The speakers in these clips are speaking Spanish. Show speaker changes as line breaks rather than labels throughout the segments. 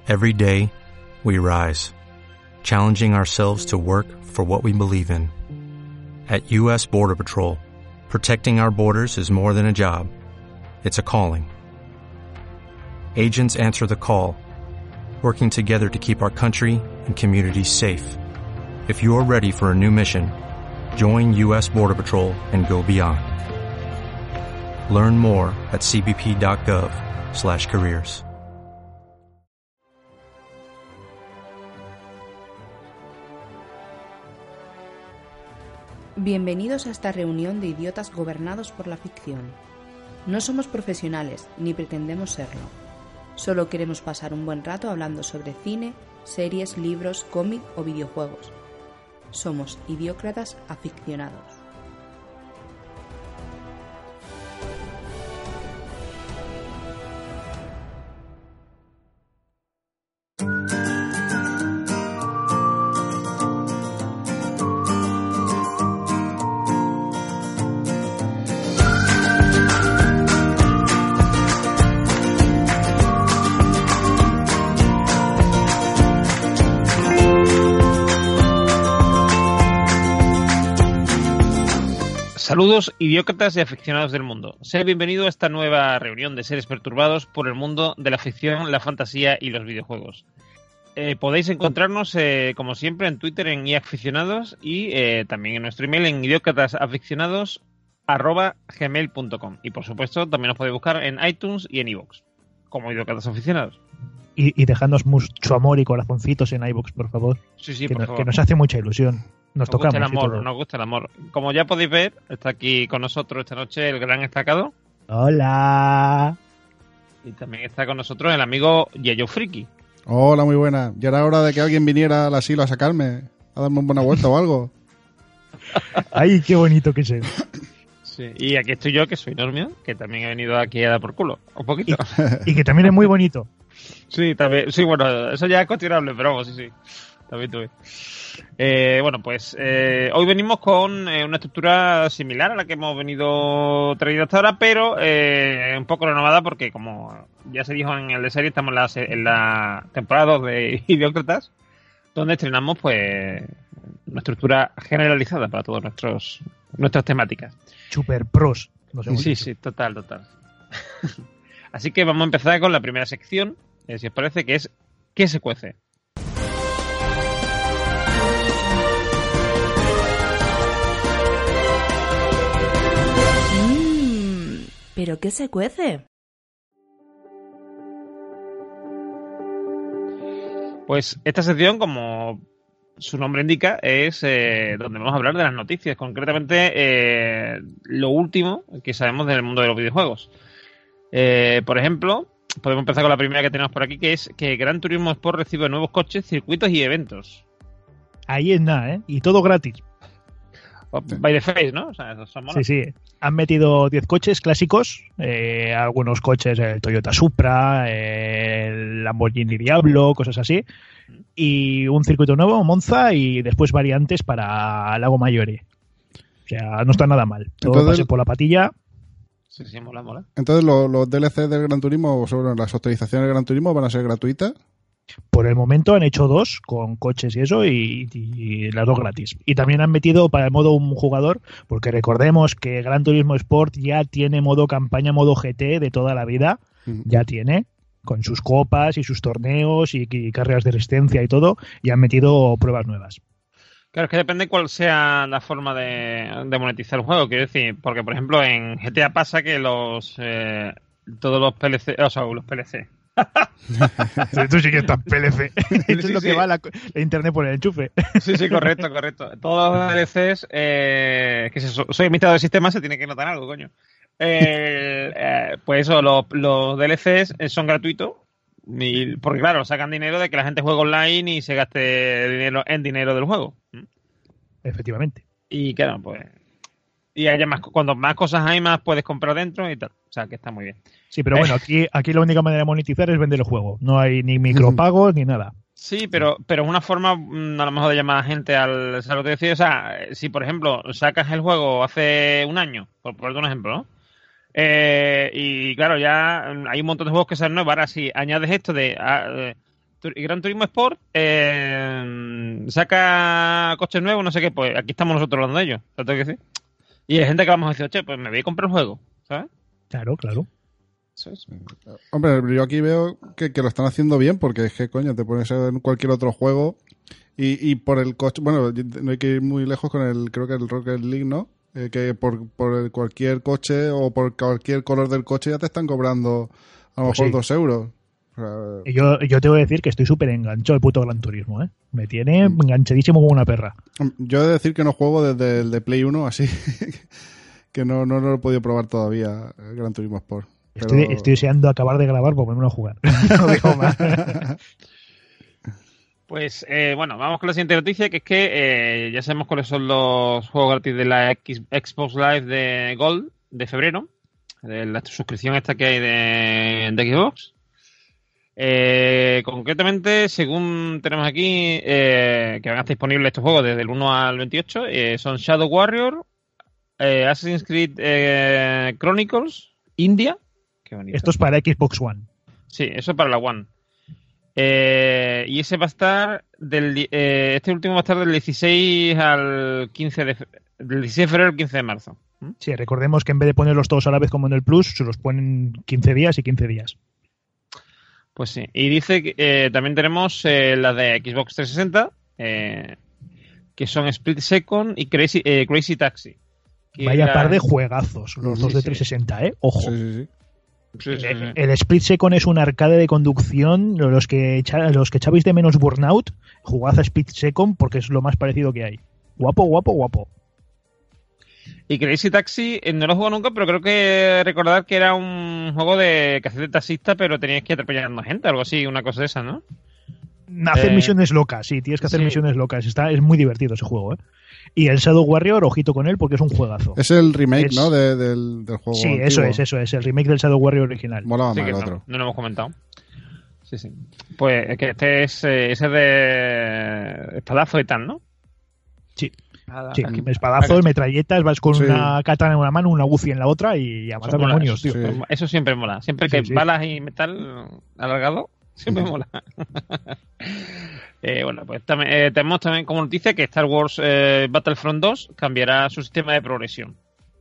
Every day, we rise, challenging ourselves to work for what we believe in. At U.S. Border Patrol, protecting our borders is more than a job. It's a calling. Agents answer the call, working together to keep our country and communities safe. If you're ready for a new mission, join U.S. Border Patrol and go beyond. Learn more at cbp.gov/careers.
Bienvenidos a esta reunión de idiotas gobernados por la ficción. No somos profesionales, ni pretendemos serlo. Solo queremos pasar un buen rato hablando sobre cine, series, libros, cómic o videojuegos. Somos idiócratas aficionados.
Saludos, idiócratas y aficionados del mundo. Sed bienvenidos a esta nueva reunión de seres perturbados por el mundo de la ficción, la fantasía y los videojuegos. Podéis encontrarnos, como siempre, en Twitter en iAficionados y también en nuestro email en idiocratasaficionados@gmail.com. Y por supuesto, también nos podéis buscar en iTunes y en iVoox, como idiócratas aficionados.
Y dejadnos mucho amor y corazoncitos en iVoox, por favor.
Sí,
que,
por favor.
Que nos hace mucha ilusión. Nos tocamos.
Nos gusta el amor. Como ya podéis ver, está aquí con nosotros esta noche el gran estacado.
Hola.
Y también está con nosotros el amigo Yeyo Friki.
Hola, muy buena. Ya era hora de que alguien viniera al asilo a sacarme, a darme una buena vuelta o algo.
Ay, qué bonito que es.
Sí. Y aquí estoy yo, que soy Normio, que también he venido aquí a dar por culo, un poquito.
Y que también es muy bonito.
Sí, también. Sí, bueno, eso ya es cuestionable, pero vamos, sí. También tuve. Hoy venimos con una estructura similar a la que hemos venido traído hasta ahora, pero un poco renovada porque, como ya se dijo en el de serie, estamos en la temporada 2 de Idiócratas, donde estrenamos pues una estructura generalizada para todas nuestras temáticas.
Super pros.
Sí, total. Así que vamos a empezar con la primera sección, si os parece, que es ¿qué se cuece?
¿Pero qué se cuece?
Pues esta sección, como su nombre indica, es donde vamos a hablar de las noticias, concretamente lo último que sabemos del mundo de los videojuegos. Por ejemplo, podemos empezar con la primera que tenemos por aquí, que es que Gran Turismo Sport recibe nuevos coches, circuitos y eventos.
Ahí es nada, ¿eh? Y todo gratis.
By the face, ¿no? O sea, esos son monos.
Sí. Han metido 10 coches clásicos, algunos coches, el Toyota Supra, el Lamborghini Diablo, cosas así, y un circuito nuevo, Monza, y después variantes para Lago Maggiore. O sea, no está nada mal. Todo
Entonces,
pase por la patilla.
Sí, mola.
Entonces, los DLC del Gran Turismo, sobre las actualizaciones del Gran Turismo, van a ser gratuitas.
Por el momento han hecho 2 con coches y eso y las 2 gratis. Y también han metido para el modo un jugador, porque recordemos que Gran Turismo Sport ya tiene modo campaña, modo GT de toda la vida, ya tiene, con sus copas y sus torneos y carreras de resistencia y todo, y han metido pruebas nuevas.
Claro, es que depende cuál sea la forma de monetizar el juego, quiero decir, porque por ejemplo en GTA pasa que todos los PLC, o sea, los PLC.
Tú sí que estás PLC. Eso es lo que va la internet por el enchufe.
Sí, correcto. Todos los DLCs, soy administrador del sistema, se tiene que notar algo, coño. Pues eso, los DLCs son gratuitos, porque claro, sacan dinero de que la gente juegue online y se gaste dinero en dinero del juego.
Efectivamente.
Y claro, pues... Y haya cuando más cosas hay, más puedes comprar dentro y tal. O sea, que está muy bien.
Sí, pero bueno, aquí la única manera de monetizar es vender el juego. No hay ni micropagos ni nada.
Sí, pero es una forma a lo mejor de llamar a gente al... ¿Sabes lo que decir? O sea, si por ejemplo sacas el juego hace un año, por ponerte un ejemplo, ¿no? Y claro, ya hay un montón de juegos que salen nuevos. Ahora, si añades esto de Gran Turismo Sport saca coches nuevos, no sé qué, pues aquí estamos nosotros hablando de ellos, ¿lo tengo que decir? Y hay gente que vamos a decir, che, pues me voy a comprar el juego, ¿sabes?
Claro.
Eso es.
Hombre, yo aquí veo que lo están haciendo bien, porque es que, coño, te pones en cualquier otro juego y por el coche, bueno, no hay que ir muy lejos con creo que el Rocket League, ¿no? Que por cualquier coche o por cualquier color del coche ya te están cobrando a lo mejor 2 euros. O sea,
Yo te voy a decir que estoy súper enganchado al puto Gran Turismo, ¿eh? Me tiene enganchadísimo como una perra.
yo he de decir que no juego desde el de Play 1, así que no lo he podido probar todavía, el Gran Turismo Sport. Pero...
Estoy deseando acabar de grabar por ponerme a jugar. No digo más.
Pues bueno, vamos con la siguiente noticia, que es que ya sabemos cuáles son los juegos gratis de la Xbox Live de Gold de febrero, de la suscripción esta que hay de Xbox. Concretamente, según tenemos aquí, que van a estar disponibles estos juegos desde el 1 al 28, son Shadow Warrior, Assassin's Creed Chronicles, India. Qué bonito.
Esto es para Xbox One.
Sí, eso es para la One. Y ese va a estar este último va a estar del 16 al 15 del 16 de febrero al 15 de marzo.
Sí, recordemos que en vez de ponerlos todos a la vez como en el Plus, se los ponen 15 días y 15 días.
Pues sí. Y dice que también tenemos las de Xbox 360, que son Split Second y Crazy Taxi.
Vaya par de juegazos, los dos de 360, ¿eh? Ojo.
Sí.
El Split Second es un arcade de conducción. Los que echabais de menos Burnout, jugad a Split Second porque es lo más parecido que hay. Guapo.
Y Crazy Taxi no lo he jugado nunca, pero creo que recordar que era un juego que hacías de taxista, pero tenías que atropellar a más gente, algo así, una cosa de esa, ¿no?
Hacer misiones locas, sí, tienes que hacer misiones locas. Es muy divertido ese juego, ¿eh? Y el Shadow Warrior, ojito con él porque es un juegazo.
Es el remake, ¿no? Del juego.
Sí,
antiguo.
eso es el remake del Shadow Warrior original.
Molaba
Sí,
más
que
el otro.
no lo hemos comentado. Sí. Pues es que este es ese de espadazo y tal, ¿no?
Sí, espadazo, metralletas, vas con una katana en una mano, una Uzi en la otra y a matar demonios, tío.
Sí.
Eso siempre mola. Siempre que balas y metal alargado, siempre mola. Bueno, pues tenemos también como noticia que Star Wars Battlefront 2 cambiará su sistema de progresión.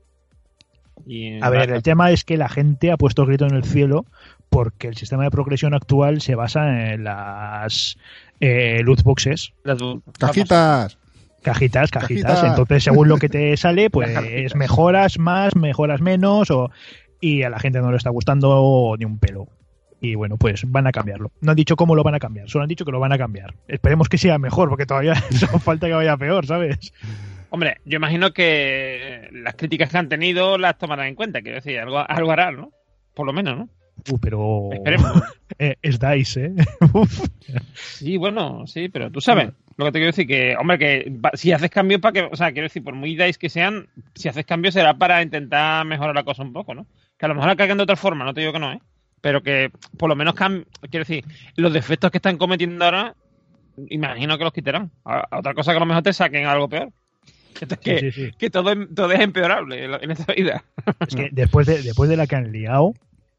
A ver, el tema es que la gente ha puesto el grito en el cielo porque el sistema de progresión actual se basa en las loot boxes.
Cajitas.
Cajitas. Entonces, según lo que te sale, pues mejoras más, mejoras menos, y a la gente no le está gustando ni un pelo. Y bueno, pues van a cambiarlo. No han dicho cómo lo van a cambiar, solo han dicho que lo van a cambiar. Esperemos que sea mejor, porque todavía no falta que vaya peor, ¿sabes?
Hombre, yo imagino que las críticas que han tenido las tomarán en cuenta, quiero decir, algo harán, ¿no? Por lo menos, ¿no?
Pero...
Esperemos.
Es DICE, ¿eh?
Sí, bueno, sí, pero tú sabes lo que te quiero decir, que, hombre, que si haces cambios para que, o sea, quiero decir, por muy DICE que sean, si haces cambios será para intentar mejorar la cosa un poco, ¿no? Que a lo mejor la cargan de otra forma, no te digo que no, ¿eh? Pero que por lo menos, quiero decir, los defectos que están cometiendo ahora, imagino que los quitarán. Otra cosa que a lo mejor te saquen algo peor. Que todo es empeorable en esta vida.
Es que después de la que han liado...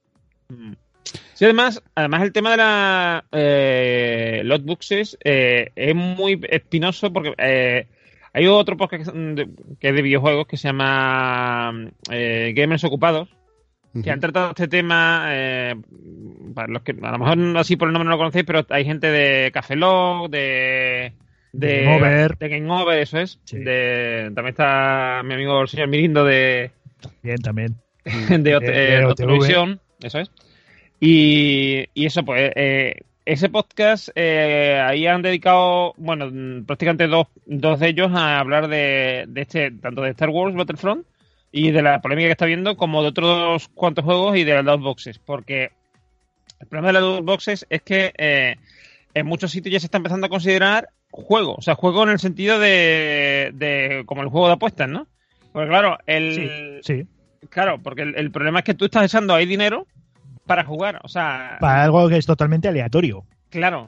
Sí, además el tema de la lotboxes es muy espinoso porque hay otro podcast que es de videojuegos que se llama Gamers Ocupados, que han tratado este tema, para los que a lo mejor así por el nombre no lo conocéis, pero hay gente de Café Lock, de Game Over, eso es.
Sí.
También está mi amigo el señor Mirindo
También.
de Televisión, eso es. Y eso, pues, ese podcast, ahí han dedicado, bueno, prácticamente dos de ellos a hablar de tanto de Star Wars Battlefront y de la polémica que está habiendo, como de otros cuantos juegos y de las lootboxes. Porque el problema de las lootboxes es que en muchos sitios ya se está empezando a considerar juego. O sea, juego en el sentido de como el juego de apuestas, ¿no? Porque claro,
Sí.
Claro, porque el problema es que tú estás echando ahí dinero para jugar, o sea...
Para algo que es totalmente aleatorio.
Claro,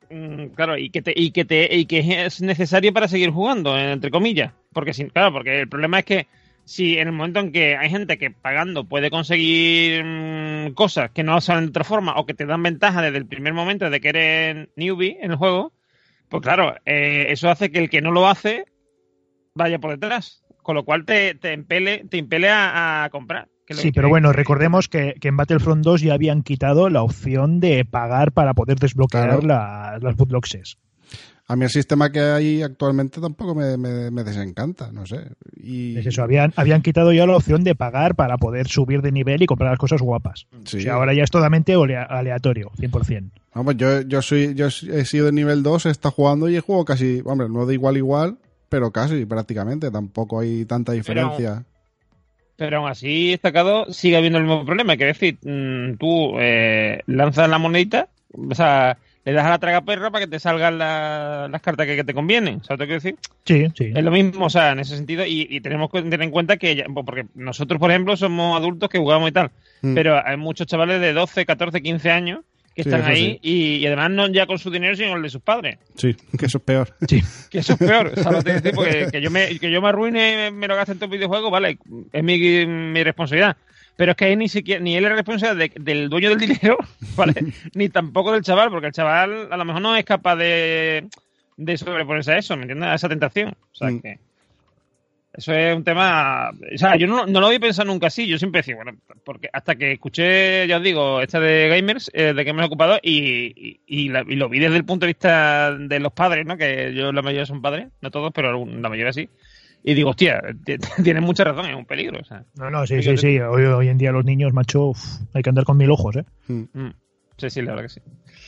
y que es necesario para seguir jugando, entre comillas. Porque porque el problema es que si en el momento en que hay gente que pagando puede conseguir cosas que no salen de otra forma o que te dan ventaja desde el primer momento de que eres newbie en el juego, pues claro, eso hace que el que no lo hace vaya por detrás, con lo cual te impele a comprar.
Sí, pero bueno, recordemos que en Battlefront 2 ya habían quitado la opción de pagar para poder desbloquear las bootboxes.
A mí el sistema que hay actualmente tampoco me desencanta, no sé.
Es eso, habían quitado ya la opción de pagar para poder subir de nivel y comprar las cosas guapas.
Sí.
O sea, ahora ya es totalmente aleatorio, 100%.
Vamos, yo he sido de nivel 2, he estado jugando y he jugado casi, hombre, no de igual, pero casi prácticamente, tampoco hay tanta diferencia.
Pero aún así, destacado, sigue habiendo el mismo problema, que es decir, tú lanzas la monedita, o sea, le das a la tragaperra para que te salgan las cartas que te convienen, ¿sabes lo que quiero decir?
Sí.
Es lo mismo, o sea, en ese sentido, y tenemos que tener en cuenta que, porque nosotros, por ejemplo, somos adultos que jugamos y tal, pero hay muchos chavales de 12, 14, 15 años que están ahí y además no ya con su dinero, sino el de sus padres.
Sí, que eso es peor.
Sí.
Que eso es peor, ¿sabes lo que decir? Porque que yo me arruine, me lo gaste en todo videojuegos, vale, es mi responsabilidad. Pero es que ahí ni él es responsable del dueño del dinero, ¿vale? Ni tampoco del chaval, porque el chaval a lo mejor no es capaz de sobreponerse a eso, ¿me entiendes? A esa tentación. O sea, que eso es un tema... O sea, yo no lo había pensado nunca así. Yo siempre decía, bueno, porque hasta que escuché, ya os digo, esta de Gamers, de que me he ocupado, y lo vi desde el punto de vista de los padres, ¿no? Que yo la mayoría son padres, no todos, pero la mayoría sí. Y digo, hostia, tienes mucha razón, es un peligro. O sea,
no, sí. Hoy en día los niños, macho, hay que andar con 1000 ojos, ¿eh?
Sí, la verdad que sí.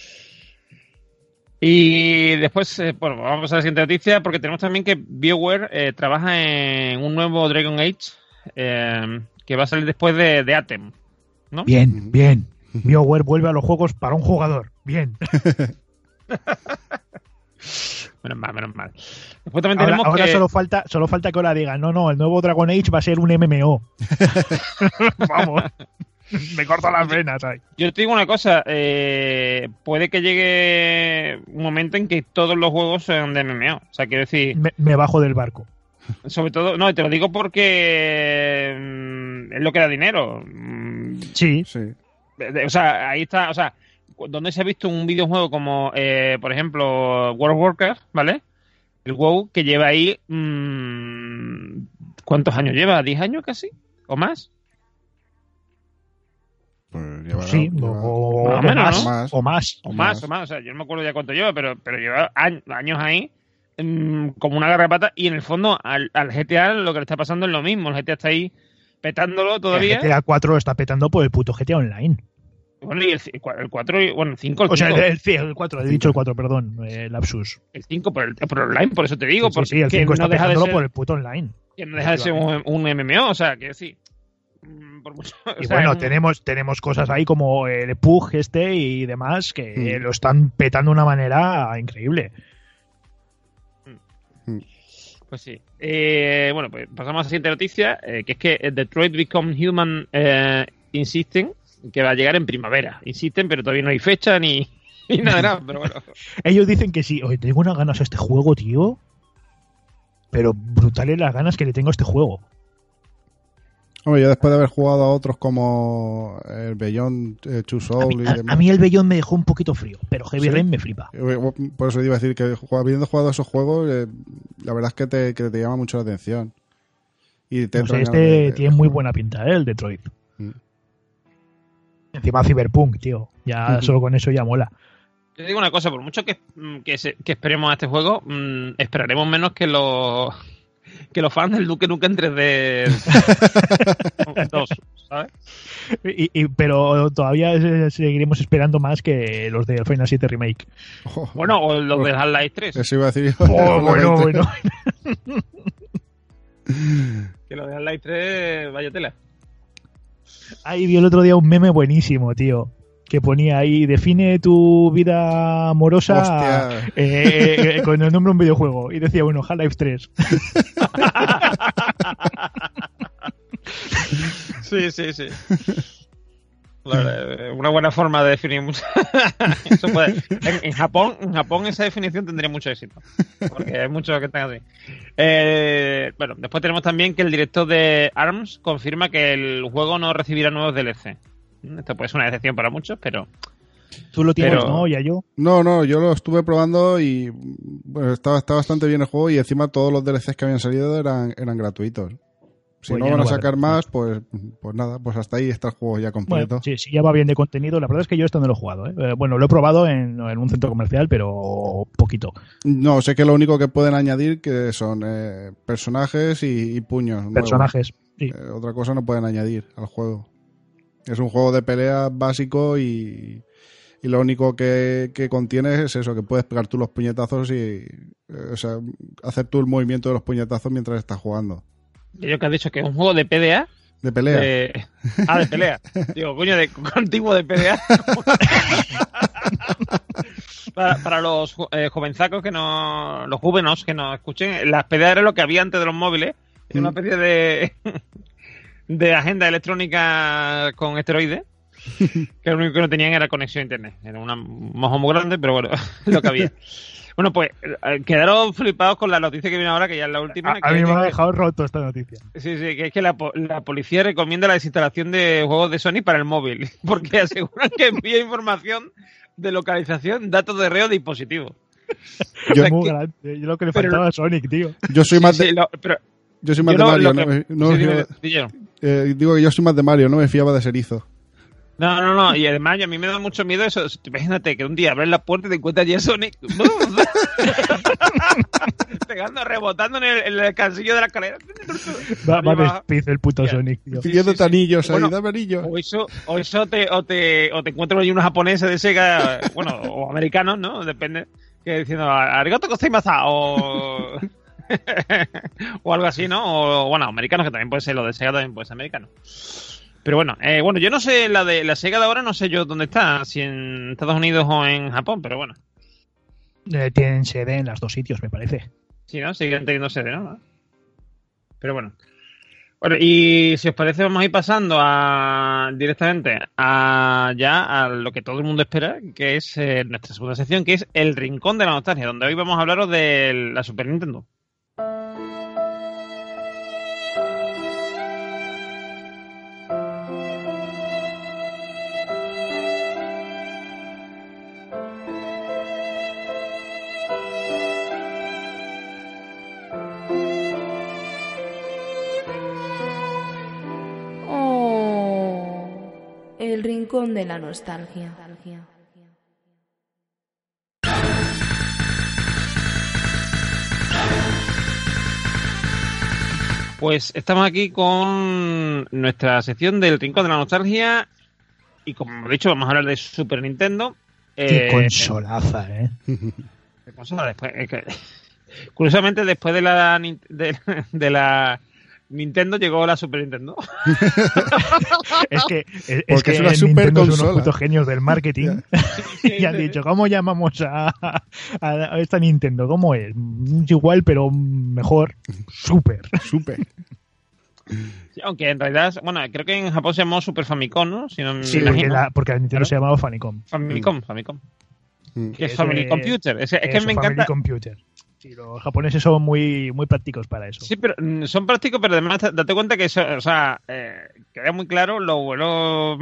Y después, bueno, vamos a pasar a la siguiente noticia, porque tenemos también que BioWare trabaja en un nuevo Dragon Age que va a salir después de Anthem, ¿no?
Bien. BioWare vuelve a los juegos para un jugador. Bien.
Menos mal. Después también tenemos
ahora
que...
solo falta que ahora digan, no, el nuevo Dragon Age va a ser un MMO. Vamos. Me corto las venas ahí.
Yo te digo una cosa, puede que llegue un momento en que todos los juegos sean de MMO. O sea, quiero decir...
Me bajo del barco.
Sobre todo, no, te lo digo porque es lo que da dinero.
Sí.
O sea, ahí está, o sea, donde se ha visto un videojuego como, por ejemplo, World of Warcraft, ¿vale? El WoW, que lleva ahí... ¿cuántos años lleva? ¿10 años casi? ¿O más?
Pues
sí, o más.
O sea, yo no me acuerdo ya cuánto lleva, pero lleva años ahí como una garrapata. Y en el fondo al GTA lo que le está pasando es lo mismo. El GTA está ahí petándolo todavía.
El GTA 4 está petando por el puto GTA Online.
Bueno, y el 4, bueno, el 5, el 5.
O sea, el 4, he dicho el 4, perdón, lapsus.
El 5 por online, por eso te digo.
Sí, el 5 está petándolo por el puto online.
Que no deja de ser un MMO, o sea, que sí. Por mucho,
y bueno, tenemos cosas ahí como el PUG y demás que lo están petando de una manera increíble.
Pues sí. Bueno, pues pasamos a la siguiente noticia, que es que Detroit Become Human insisten que va a llegar en primavera. Insisten, pero todavía no hay fecha ni nada, pero bueno.
Ellos dicen que sí. Oye, tengo unas ganas a este juego, tío. Pero brutales las ganas que le tengo a este juego.
Hombre, yo después de haber jugado a otros como el Beyond Two Souls y demás.
A mí el Beyond me dejó un poquito frío, pero Heavy Rain me flipa.
Por eso iba a decir que habiendo jugado esos juegos, la verdad es que te llama mucho la atención. Y te
tiene muy buena pinta, el Detroit. Encima Cyberpunk, tío. Ya solo con eso ya mola.
Te digo una cosa, por mucho que esperemos a este juego, esperaremos menos que los fans del Duke Nukem 3D 2, ¿sabes?
Pero todavía seguiremos esperando más que los de Final 7 Remake.
Bueno, o los de Half-Life 3.
Eso iba a decir.
Bueno.
Que los de Half-Life 3, vaya tela.
Ahí vi el otro día un meme buenísimo, tío. Que ponía ahí, define tu vida amorosa con el nombre de un videojuego. Y decía, bueno, Half-Life 3.
Sí. Una buena forma de definir mucho. Eso puede. En Japón esa definición tendría mucho éxito. Porque hay muchos que están así. Bueno, después tenemos también que el director de ARMS confirma que el juego no recibirá nuevos DLC. Esto puede ser una decepción para muchos, pero...
Tú lo tienes, ¿no? ¿Ya yo?
No, yo lo estuve probando y bueno, está bastante bien el juego y encima todos los DLCs que habían salido eran gratuitos. Si
Pues
no
ya
van a
no
sacar
vale.
más, pues nada, pues hasta ahí está el juego ya completo.
Bueno, sí, ya va bien de contenido. La verdad es que yo esto no lo he jugado, ¿eh? Bueno, lo he probado en un centro comercial, pero poquito.
No, sé que lo único que pueden añadir que son personajes y puños. nuevos.
Personajes. Sí.
Otra cosa no pueden añadir al juego. Es un juego de pelea básico y lo único que contiene es eso, que puedes pegar tú los puñetazos y o sea, hacer tú el movimiento de los puñetazos mientras estás jugando.
Yo que has dicho que es un juego de PDA.
De pelea.
De pelea. Digo, coño, de antiguo de PDA. para los jovenzacos que no... Los jóvenes que nos escuchen, las PDA era lo que había antes de los móviles. Era una especie de agenda electrónica con esteroides. Que lo único que no tenían era conexión a internet. Era un mojo muy grande, pero bueno, lo que había. Bueno, pues quedaron flipados con la noticia que viene ahora, que ya es la última.
A mí me ha dejado roto esta noticia.
Sí, que es que la policía recomienda la desinstalación de juegos de Sony para el móvil, porque aseguran que envía información de localización, datos de reo de dispositivos.
Yo,
Muy grande. Yo lo que le faltaba a Sonic, tío.
yo soy más de Mario. Digo que yo soy más de Mario, no me fiaba de Serizo.
No. Y además a mí me da mucho miedo eso. Imagínate que un día abres la puerta y te encuentras ya Sonic pegando, rebotando en el cansillo de la escalera.
Va despice el puto Sonic, tío.
Pidiéndote anillos ahí,
Bueno,
dame anillos.
O eso te encuentras ahí unos japoneses de Sega, bueno, o americanos, ¿no? Depende. Que diciendo, arigato gozaimasu, o algo así, ¿no? O bueno, americanos, que también puede ser, lo de Sega también puede ser americano. Pero bueno, yo no sé, la Sega de ahora no sé yo dónde está, si en Estados Unidos o en Japón, pero bueno.
Tienen sede en los dos sitios, me parece.
Sí, ¿no? Siguen teniendo sede, ¿no? Pero bueno. Bueno, y si os parece vamos a ir pasando directamente a lo que todo el mundo espera, que es nuestra segunda sección, que es el Rincón de la Nostalgia, donde hoy vamos a hablaros de la Super Nintendo.
El rincón de la nostalgia.
Pues estamos aquí con nuestra sección del Rincón de la Nostalgia y como he dicho vamos a hablar de Super Nintendo.
Qué consolaza, ¿eh?
De consola, después, curiosamente después de la Nintendo llegó la Super Nintendo.
Es que es
Nintendo
una super
son unos
consola.
putos genios del marketing. Y han dicho, ¿cómo llamamos a esta Nintendo? ¿Cómo es? Igual, pero mejor. Super.
Sí, aunque en realidad, bueno, creo que en Japón se llamó Super Famicom, ¿no? Si no me
Sí,
imagino.
porque la Nintendo se llamaba Famicom.
Famicom. Que es
Ese-
Family Computer. Es que
Eso,
me
Family
encanta.
Computer. Sí, los japoneses son muy prácticos para eso.
Sí, pero son prácticos, pero además date cuenta que queda muy claro lo bueno,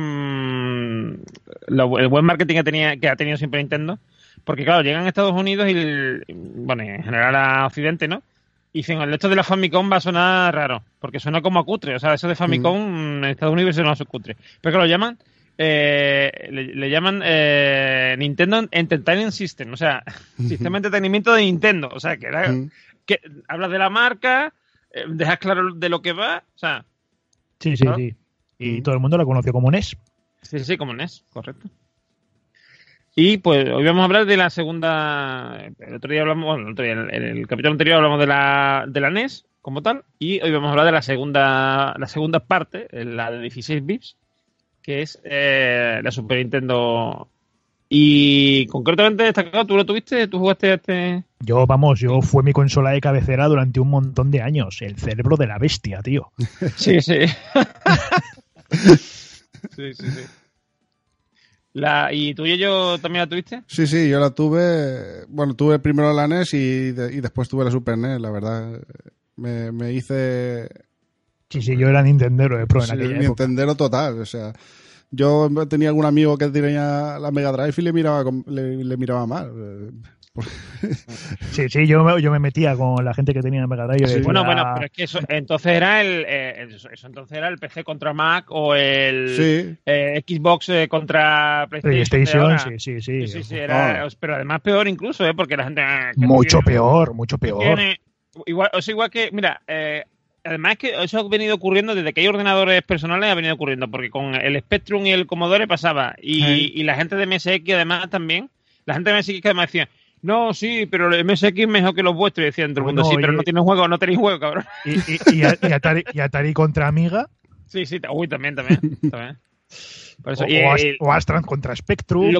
el buen marketing que ha tenido siempre Nintendo, porque claro, llegan a Estados Unidos y bueno, en general a Occidente, ¿no? Y dicen, el hecho de la Famicom va a sonar raro, porque suena como a cutre, o sea, eso de Famicom en Estados Unidos suena a cutre. Pero que lo llaman, le llaman Nintendo Entertainment System, o sea, sistema de entretenimiento de Nintendo, o sea, que era que hablas de la marca, dejas claro de lo que va, o sea...
Sí.
¿no?
Y todo el mundo la conoció como NES.
Sí, como NES, correcto. Y pues hoy vamos a hablar de la segunda... El otro día hablamos, bueno, en el capítulo anterior hablamos de la NES como tal, y hoy vamos a hablar de la segunda parte, la de 16 bits, que es la Super Nintendo. Y concretamente destacado, ¿tú lo tuviste? ¿Tú jugaste a este...?
Yo fue mi consola de cabecera durante un montón de años. El cerebro de la bestia, tío.
Sí. Sí. ¿Y tú y yo también la tuviste?
Sí, yo la tuve. Bueno, tuve primero la NES y después tuve la Super NES, la verdad. Me hice.
Sí, yo era Nintendero de Pro en aquella época.
Nintendero total, o sea. Yo tenía algún amigo que tenía la Mega Drive y le miraba mal.
Sí, yo me metía con la gente que tenía Mega Drive.
Sí.
Bueno, pero es que eso entonces era el PC contra Mac o el Xbox contra PlayStation. Sí, era, pero además peor incluso, porque la gente...
Mucho peor.
Igual que, mira, además que eso ha venido ocurriendo desde que hay ordenadores personales, ha venido ocurriendo, porque con el Spectrum y el Commodore pasaba, y la gente de MSX además también, la gente de MSX que además decía, no, sí, pero el MSX es mejor que los vuestros, y decían todo el mundo, pero no tienes juego, no tenéis juego, cabrón.
Y Atari contra Amiga.
Sí, también. Por eso,
o Astran contra Spectrum.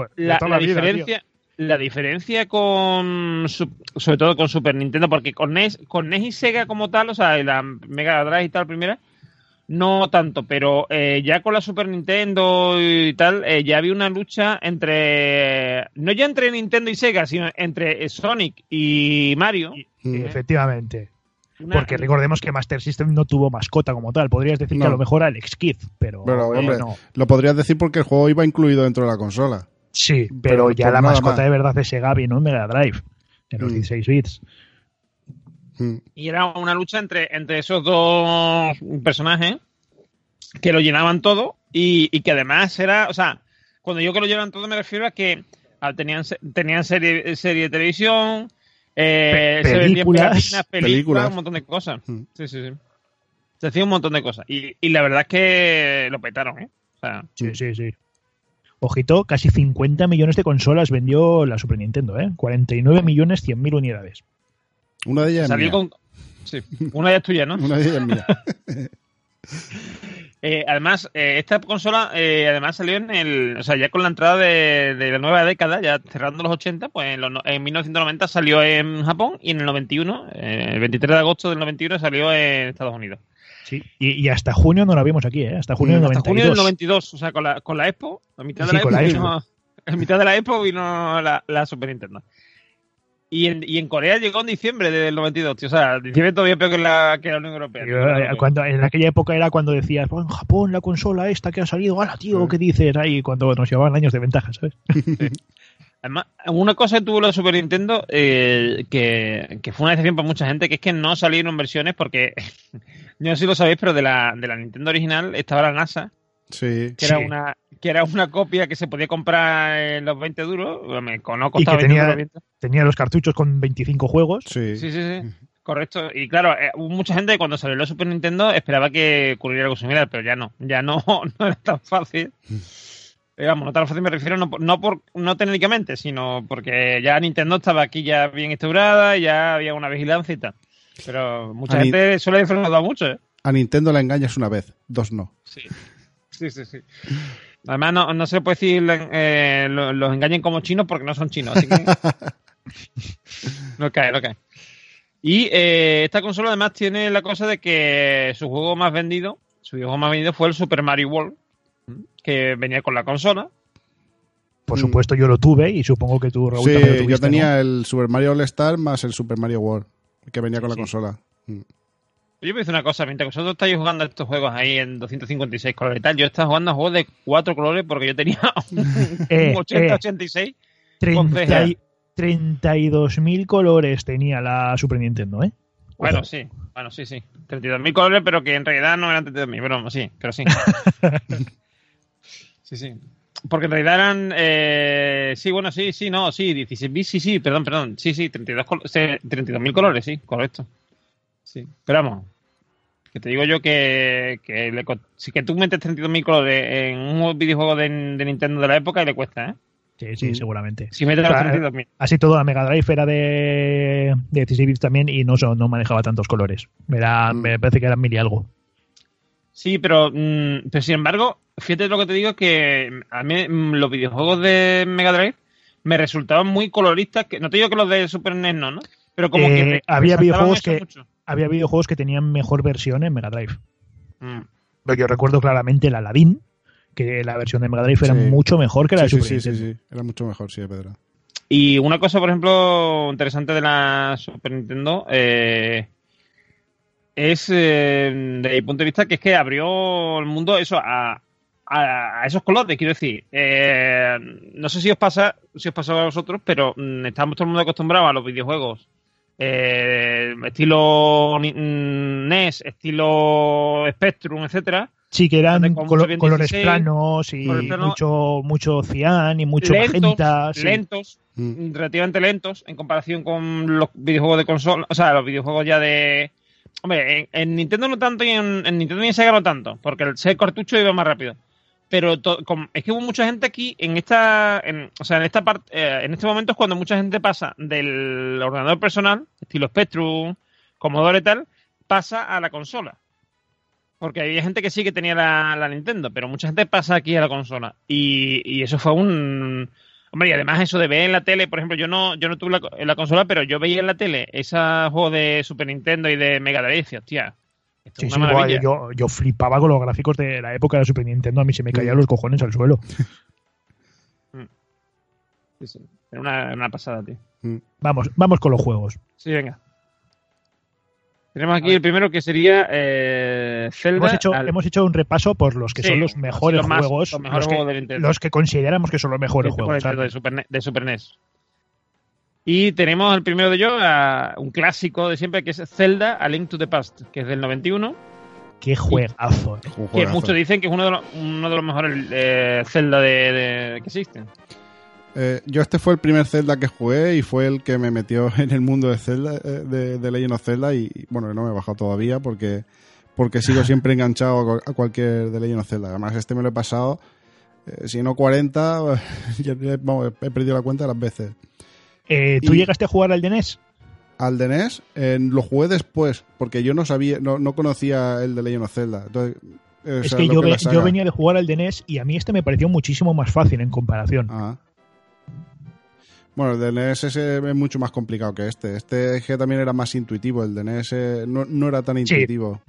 La diferencia sobre todo con Super Nintendo, porque con NES y Sega como tal, o sea, la Mega Drive y tal primera, no tanto, pero ya con la Super Nintendo y tal, ya había una lucha no ya entre Nintendo y Sega, sino entre Sonic y Mario.
Efectivamente. Porque recordemos que Master System no tuvo mascota como tal. Podrías decir que a lo mejor Alex Kidd, pero
hombre,
no.
Lo podrías decir porque el juego iba incluido dentro de la consola.
Sí, pero ya la mascota de verdad de Sega vino en Mega Drive, en los 16 bits.
Y era una lucha entre esos dos personajes que lo llenaban todo y que además era, o sea, cuando yo que lo llenaban todo me refiero a que tenían serie de televisión, se vendían películas, un montón de cosas. Sí. Se hacía un montón de cosas. Y la verdad es que lo petaron, ¿eh? O sea,
sí. Ojito, casi 50 millones de consolas vendió la Super Nintendo, 49.100.000 unidades.
Una de ellas es mía.
Sí, una de ellas es tuya, ¿no?
Una de ellas es mía.
Además, esta consola además salió o sea, ya con la entrada de la nueva década, ya cerrando los 80, pues en 1990 salió en Japón y en el 91, el 23 de agosto del 91 salió en Estados Unidos.
Sí, y hasta junio no la vimos aquí, hasta junio del 92. Hasta junio
del 92, o sea, con la Expo, a mitad de la Expo vino la Super Nintendo. Y en Corea llegó en diciembre del 92, tío. O sea, diciembre todavía peor que la Unión Europea.
En aquella época era cuando decías, en Japón la consola esta que ha salido, ¡hala, tío! ¿Qué dices? Ahí cuando nos llevaban años de ventaja, ¿sabes?
Sí. Además, una cosa que tuvo la Super Nintendo que fue una decepción para mucha gente, que es que no salieron versiones porque, yo no sé si lo sabéis, pero de la Nintendo original estaba la NASA.
Sí.
Que era una copia que se podía comprar en los 20 duros. No costaba
y que
20 duros.
Tenía los cartuchos con 25 juegos.
Sí. Correcto. Y claro, hubo mucha gente que cuando salió la Super Nintendo esperaba que ocurriera algo similar, pero ya no era tan fácil. Vamos, no tan fácil me refiero no técnicamente, sino porque ya Nintendo estaba aquí ya bien instaurada, ya había una vigilancia y tal. Pero mucha gente suele defraudar mucho, ¿eh?
A Nintendo la engañas una vez, dos no.
Sí. Además, no se le puede decir los engañen como chinos porque no son chinos, así que no cae. Y esta consola además tiene la cosa de que su videojuego más vendido fue el Super Mario World, que venía con la consola.
Por supuesto, yo lo tuve y supongo que tú, Raúl, también lo tuviste.
Yo tenía el Super Mario All Star más el Super Mario World, que venía con la consola.
Yo me hice una cosa, mientras vosotros estáis jugando estos juegos ahí en 256 colores y tal, yo estaba jugando a juegos de 4 colores porque yo tenía un 80-86 con CGA.
32.000 colores tenía la Super Nintendo, ¿eh?
Bueno, sí. 32.000 colores, pero que en realidad no eran 32.000, pero sí. Sí. Porque en realidad eran... 16 bits, sí, perdón. Sí, 32.000 colores, sí, correcto. Sí, pero vamos, que te digo yo que si que tú metes 32.000 colores en un videojuego de Nintendo de la época y le cuesta, ¿eh?
Sí, seguramente.
Si metes los 32.000.
Así todo, la Mega Drive era de 16 bits también y no manejaba tantos colores. Me parece que eran 1000 y algo.
Sí, pero sin embargo, fíjate lo que te digo, que a mí los videojuegos de Mega Drive me resultaban muy coloristas, que no te digo que los de Super NES no, pero como que
había videojuegos que tenían mejor versión en Mega Drive. Yo recuerdo claramente el Aladdin, que la versión de Mega Drive era
Sí.
mucho mejor que la de
Sí,
Super
sí,
Nintendo.
sí. Era mucho mejor, sí, Pedro.
Y una cosa, por ejemplo, interesante de la Super Nintendo es, desde mi punto de vista, que es que abrió el mundo eso a esos colores, quiero decir. No sé si os pasa a vosotros, pero estamos todo el mundo acostumbrado a los videojuegos estilo NES, estilo Spectrum, etcétera.
Sí, que eran
Con mucho bien
colores
16,
planos y
colores planos,
mucho cian y mucho magenta. Sí.
lentos, relativamente lentos en comparación con los videojuegos de consola, o sea, los videojuegos ya de... Hombre, en Nintendo no tanto y en Nintendo y en Sega no tanto, porque el ser cartucho iba más rápido. Pero es que hubo mucha gente aquí en esta parte, en este momento es cuando mucha gente pasa del ordenador personal, estilo Spectrum, Commodore y tal, pasa a la consola. Porque había gente que sí que tenía la Nintendo, pero mucha gente pasa aquí a la consola. Y eso fue un... Hombre, y además eso de ver en la tele, por ejemplo, yo no tuve la consola, pero yo veía en la tele esos juegos de Super Nintendo y de Mega Drive, y hostia, esto es una maravilla.
Yo flipaba con los gráficos de la época de la Super Nintendo, a mí se me caían los cojones al suelo.
Sí. Era una pasada, tío.
Vamos con los juegos.
Sí, venga. Tenemos aquí el primero que sería Zelda.
Hemos hecho un repaso por los que son los mejores juegos,
los mejores juegos de Nintendo.
los que consideramos que son los mejores juegos.
De Super NES. Y tenemos el primero de ellos, un clásico de siempre, que es Zelda A Link to the Past, que es del 91.
Qué juegazo.
Que muchos dicen que es uno de los mejores Zelda que existen.
Yo fue el primer Zelda que jugué y fue el que me metió en el mundo de Zelda, de Legend of Zelda, y bueno, no me he bajado todavía porque sigo siempre enganchado a cualquier de Legend of Zelda. Además, me lo he pasado, si no 40, he perdido la cuenta de las veces.
¿Tú llegaste a jugar al de NES?
Al de NES lo jugué después, porque yo no sabía, no conocía el de Legend of Zelda. Entonces,
es que yo venía de jugar al de NES y a mí me pareció muchísimo más fácil en comparación.
Bueno, el de NES es mucho más complicado que este. Este es que también era más intuitivo. El de NES no era tan intuitivo.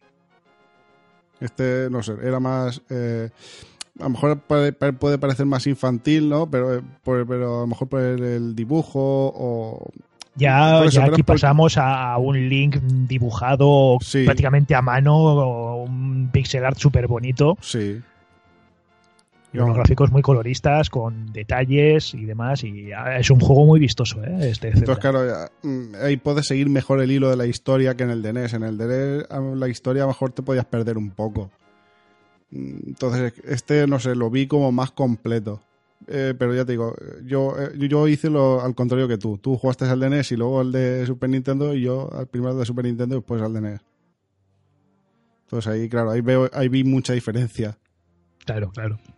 Este, no sé, era más... a lo mejor puede parecer más infantil, ¿no? Pero a lo mejor por el dibujo o...
Ya aquí pasamos a un Link dibujado prácticamente a mano, un pixel art súper bonito.
Sí.
Y unos gráficos muy coloristas, con detalles y demás, y es un juego muy vistoso,
Entonces, claro, ahí puedes seguir mejor el hilo de la historia que en el de NES. En el de NES la historia a lo mejor te podías perder un poco. Entonces, no sé, lo vi como más completo. Pero ya te digo, yo hice al contrario que tú. Tú jugaste al de NES y luego al de Super Nintendo, y yo al primero de Super Nintendo y después al de NES. Entonces ahí, claro, ahí vi mucha diferencia.
Claro.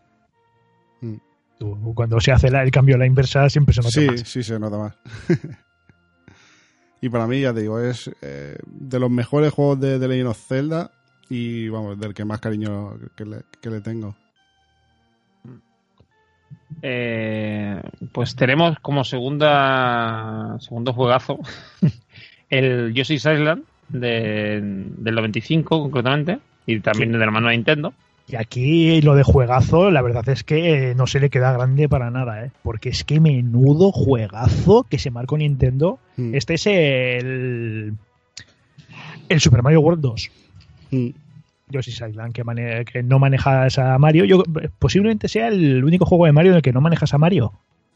Cuando se hace el cambio a la inversa siempre se nota más.
Sí, se nota más. Y para mí, ya te digo, es de los mejores juegos de Legend of Zelda y, vamos, del que más cariño que le tengo.
Pues tenemos como segundo juegazo el Yoshi's Island del 95 concretamente, y también de la mano de Nintendo.
Y aquí lo de juegazo, la verdad es que no se le queda grande para nada, porque es que menudo juegazo que se marcó Nintendo. Este es el Super Mario World 2. Yoshi's Island, que no manejas a Mario. Posiblemente sea el único juego de Mario en el que no manejas a Mario.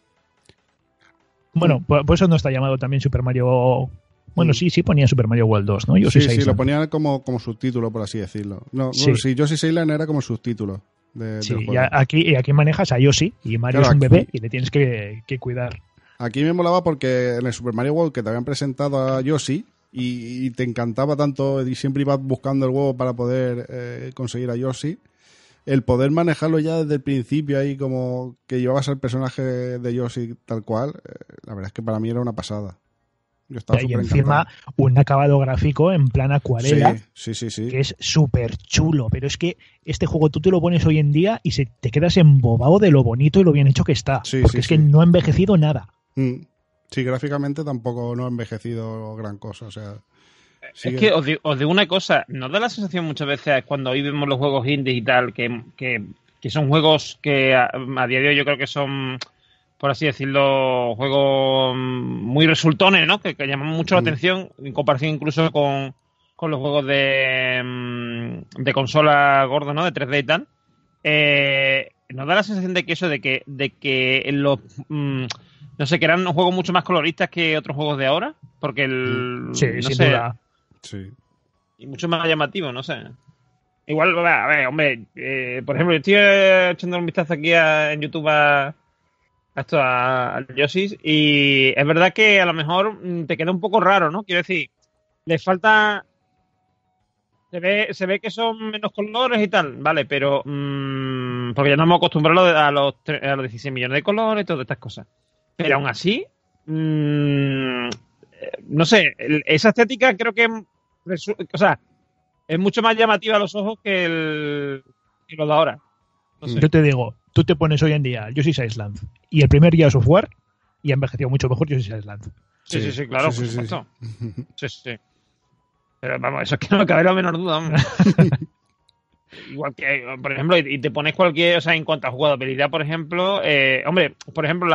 Bueno, por eso no está llamado también Super Mario... Bueno, sí ponía Super Mario World 2, ¿no?
Sí, lo ponían como subtítulo, por así decirlo. Sí, Yoshi's Island era como subtítulo del juego.
Y aquí manejas a Yoshi, y Mario es un bebé y le tienes que cuidar.
Aquí me molaba porque en el Super Mario World, que te habían presentado a Yoshi y te encantaba tanto, y siempre ibas buscando el huevo para poder conseguir a Yoshi, el poder manejarlo ya desde el principio ahí, como que llevabas al personaje de Yoshi tal cual, la verdad es que para mí era una pasada. Yo estaba
y encima un acabado gráfico en plan acuarela,
sí.
Que es súper chulo, pero es que este juego tú te lo pones hoy en día y te quedas embobado de lo bonito y lo bien hecho que está, porque es que no ha envejecido nada.
Sí, gráficamente tampoco no ha envejecido gran cosa, o sea...
Es que os digo una cosa, nos da la sensación muchas veces cuando hoy vemos los juegos indies y tal, que que son juegos que a día de hoy yo creo que son, por así decirlo, juegos muy resultones, ¿no? Que llaman mucho la atención en comparación incluso con los juegos de consola gorda, ¿no? De 3D y tal. Nos da la sensación de que eso, de que los no sé, que eran juegos mucho más coloristas que otros juegos de ahora, porque
sí,
no
sin
sé,
duda.
Sí.
y mucho más llamativo, no sé. Igual, a ver, hombre, por ejemplo, yo estoy echando un vistazo aquí en YouTube a Yoshi, y es verdad que a lo mejor te queda un poco raro, ¿no? Quiero decir, le falta... Se ve que son menos colores y tal, vale, pero porque ya nos hemos acostumbrado a los 16 millones de colores y todas estas cosas. Pero aún así, no sé, esa estética creo que o sea, es mucho más llamativa a los ojos que lo de ahora. No sé.
Yo te digo, tú te pones hoy en día Yoshi's Island y el primer Gears of War y ha envejecido mucho mejor Yoshi's Island.
Sí, claro,
sí,
por
sí,
supuesto. Sí. Pero vamos, eso es que no me cabe la menor duda. Igual que, por ejemplo, y te pones cualquier, o sea, en cuanto a jugabilidad, por ejemplo, hombre, por ejemplo,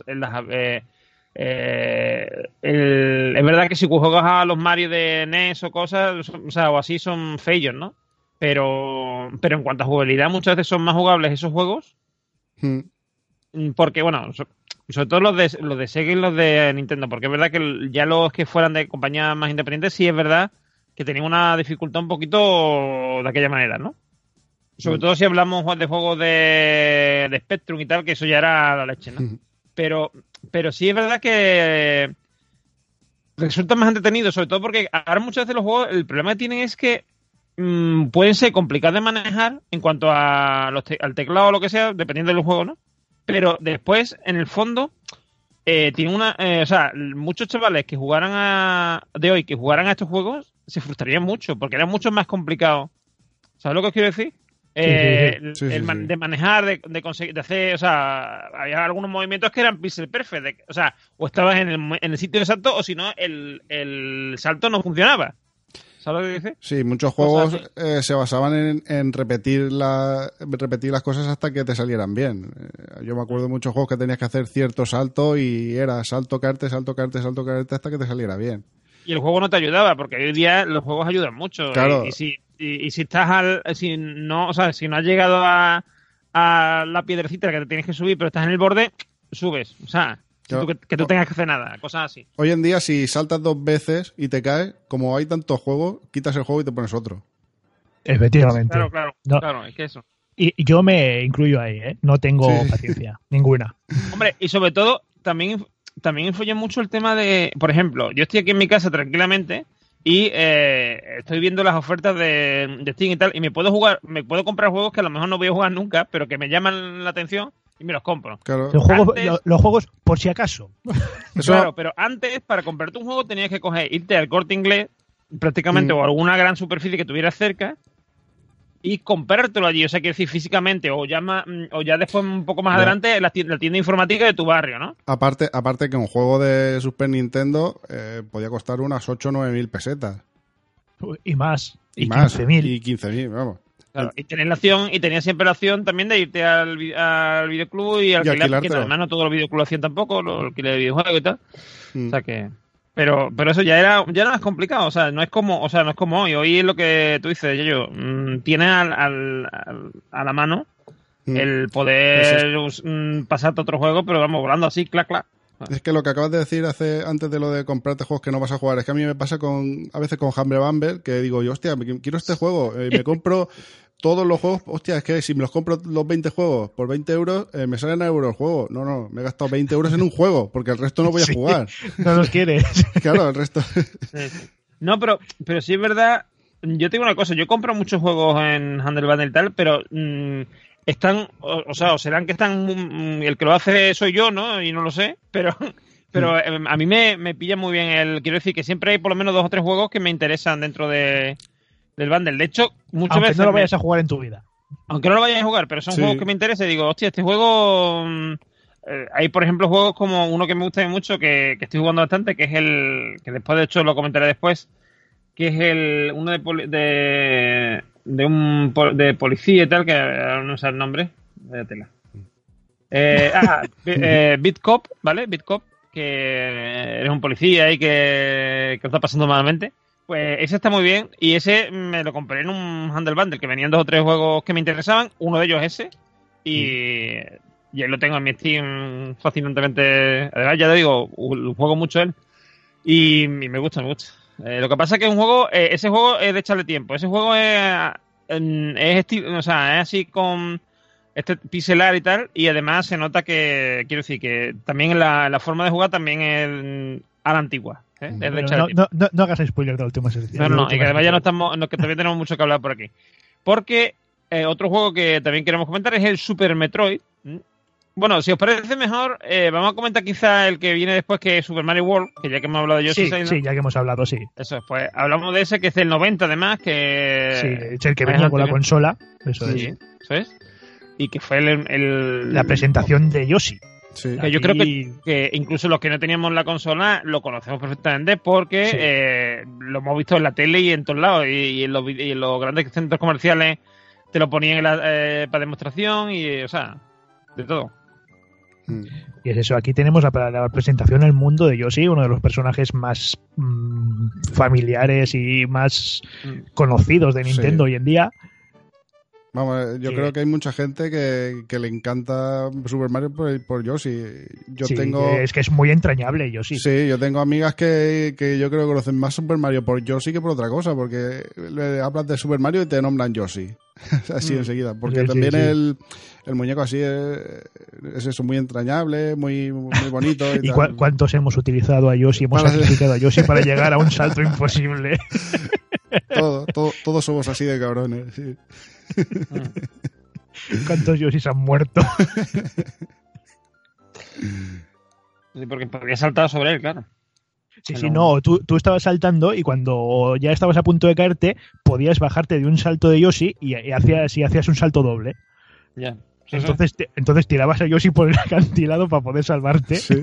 es verdad que si juegas a los Mario de NES o cosas, o sea, o así son feillos, ¿no? Pero en cuanto a jugabilidad, muchas veces son más jugables esos juegos. Porque, bueno, sobre todo los de Sega y los de Nintendo, porque es verdad que ya los que fueran de compañías más independientes, sí es verdad que tenían una dificultad un poquito de aquella manera, ¿no? Sobre todo si hablamos de juegos de Spectrum y tal, que eso ya era la leche, ¿no? Pero sí es verdad que resulta más entretenido, sobre todo porque ahora muchas veces los juegos, el problema que tienen es que pueden ser complicados de manejar en cuanto a al teclado o lo que sea, dependiendo del juego, ¿no? Pero después, en el fondo, tiene o sea, muchos chavales que jugaran de hoy, que jugaran a estos juegos, se frustrarían mucho, porque eran mucho más complicados. ¿Sabes lo que os quiero decir?
Sí.
De manejar, de conseguir, de hacer, o sea, había algunos movimientos que eran pixel perfect, o sea, o estabas en el sitio exacto, o si no, el salto no funcionaba. ¿Sabes lo que dice?
Sí, muchos juegos se basaban en repetir las cosas hasta que te salieran bien. Yo me acuerdo de muchos juegos que tenías que hacer cierto salto y era salto, carte hasta que te saliera bien.
Y el juego no te ayudaba, porque hoy día los juegos ayudan mucho.
Claro.
Y si estás si no has llegado a la piedrecita que te tienes que subir, pero estás en el borde, subes. O sea,
Claro.
que tú tengas que hacer nada, cosas así.
Hoy en día, si saltas 2 veces y te caes, como hay tantos juegos, quitas el juego y te pones otro.
Efectivamente.
Claro, es que eso.
Y yo me incluyo ahí, ¿eh? No tengo paciencia, ninguna.
Hombre, y sobre todo, también influye mucho el tema de, por ejemplo, yo estoy aquí en mi casa tranquilamente y estoy viendo las ofertas de Steam y tal, y me puedo comprar juegos que a lo mejor no voy a jugar nunca, pero que me llaman la atención y me los compro.
Claro.
Los juegos, por si acaso.
Claro, pero antes, para comprarte un juego, tenías que irte al Corte Inglés, prácticamente, o alguna gran superficie que tuvieras cerca, y comprártelo allí, o sea, quiero decir, físicamente, o ya después, un poco más adelante, la tienda informática de tu barrio, ¿no?
Aparte que un juego de Super Nintendo podía costar unas 8 o 9 mil pesetas.
Y más.
Y más.
15.000.
Y 15.000, vamos.
Claro, y tenías siempre la opción también de irte al videoclub y alquilar, que además no todos los videoclubs hacían tampoco, los alquiler de videojuegos y tal. O sea que... Pero eso ya era más complicado, o sea, no es como hoy. Hoy es lo que tú dices, yo tienes a la mano el poder pasarte a otro juego, pero vamos volando así, clac, clac.
Es que lo que acabas de decir antes de lo de comprarte juegos que no vas a jugar, es que a mí me pasa a veces con Humble Bumble, que digo, yo, hostia, quiero este juego, me compro todos los juegos, hostia, es que si me los compro los 20 juegos por 20 euros, me salen a euros el juego. No, me he gastado 20 euros en un juego, porque el resto no voy a jugar.
No los quieres.
Claro, el resto...
No, pero sí es verdad, yo te digo una cosa, yo compro muchos juegos en Humble Bundle y tal, pero... están, o serán que están, el que lo hace soy yo, ¿no? Y no lo sé, pero a mí me pilla muy bien quiero decir que siempre hay por lo menos 2 o 3 juegos que me interesan dentro del bundle. De hecho, muchas veces...
no lo vayas a jugar en tu vida.
Aunque no lo vayas a jugar, pero son juegos que me interesan y digo, hostia, este juego... hay, por ejemplo, juegos como uno que me gusta mucho, que estoy jugando bastante, que es que después, de hecho, lo comentaré después, que es uno de policía y tal, que no sé el nombre, Vaya tela. Beat Cop, ¿vale? Beat Cop, que eres un policía y que lo está pasando malamente. Pues ese está muy bien y ese me lo compré en un Humble Bundle, que venían 2 o 3 juegos que me interesaban. Uno de ellos ese y ahí lo tengo en mi Steam fascinantemente. Además, ya te digo, juego mucho él y me gusta. Lo que pasa es que es un juego, ese juego es de echarle tiempo. Ese juego es estilo, o sea, es así con este pixelar y tal, y además se nota que, quiero decir, que también la forma de jugar también es a la antigua. Es de echarle tiempo.
No hagas spoiler de la última sección.
No, y que además ya no estamos, que todavía tenemos mucho que hablar por aquí. Porque otro juego que también queremos comentar es el Super Metroid. Bueno, si os parece mejor, vamos a comentar quizá el que viene después, que es Super Mario World, que ya que hemos hablado de Yoshi.
Sí, ya que hemos hablado, sí.
Eso es, pues hablamos de ese que es del 90 además, que...
Sí, es el que venía con la consola, eso es.
Eso es. Y que fue
la presentación de Yoshi.
Sí.
Que yo creo que incluso los que no teníamos la consola lo conocemos perfectamente porque lo hemos visto en la tele y en todos lados, y en los grandes centros comerciales te lo ponían para demostración y, o sea, de todo.
Y es eso, aquí tenemos la presentación al mundo de Yoshi, uno de los personajes más familiares y más conocidos de Nintendo hoy en día.
Vamos, yo creo que hay mucha gente que le encanta Super Mario por Yoshi.
Es que es muy entrañable Yoshi.
Sí, yo tengo amigas que yo creo que conocen más Super Mario por Yoshi que por otra cosa, porque le hablas de Super Mario y te nombran Yoshi. Así enseguida. Porque también el muñeco así es eso, muy entrañable, muy bonito. ¿Y
cuántos hemos utilizado a Yoshi? Hemos sacrificado a Yoshi para llegar a un salto imposible.
Todos somos así de cabrones, sí.
¿Cuántos Yoshis han muerto?
Sí, porque podría saltar sobre él, claro.
Sí, no, tú estabas saltando y cuando ya estabas a punto de caerte, podías bajarte de un salto de Yoshi y hacías un salto doble.
Ya.
Entonces tirabas a Yoshi por el acantilado para poder salvarte.
Sí.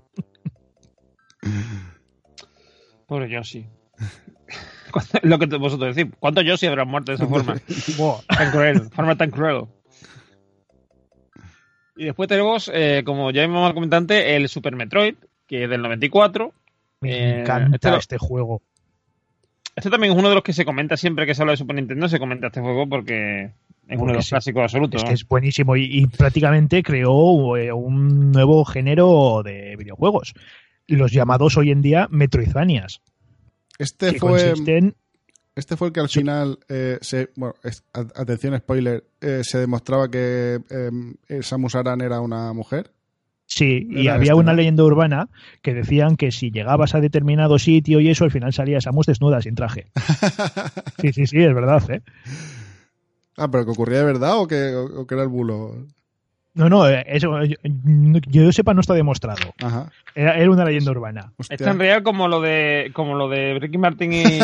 Pobre Yoshi. Lo que vosotros decís, ¿cuántos Yoshi habrán muerto de esa forma? Tan cruel, forma tan cruel. Y después tenemos, como ya hemos comentado antes, el Super Metroid, que es del 94.
Me encanta este juego.
Este también es uno de los que se comenta siempre que se habla de Super Nintendo, se comenta este juego porque es uno de los clásicos absolutos.
Es que es buenísimo y prácticamente creó un nuevo género de videojuegos, los llamados hoy en día Metroidvanias.
Este fue el que al final, atención spoiler, se demostraba que Samus Aran era una mujer. Sí, y había una leyenda urbana que decían que si llegabas a determinado sitio y eso, al final salía Samus desnuda, sin traje. Sí, es verdad, ¿eh? ¿Pero que ocurría de verdad o que era el bulo?
No, eso yo sepa no está demostrado.
Ajá.
Era una leyenda urbana.
Hostia. Es tan real como lo de Ricky Martin y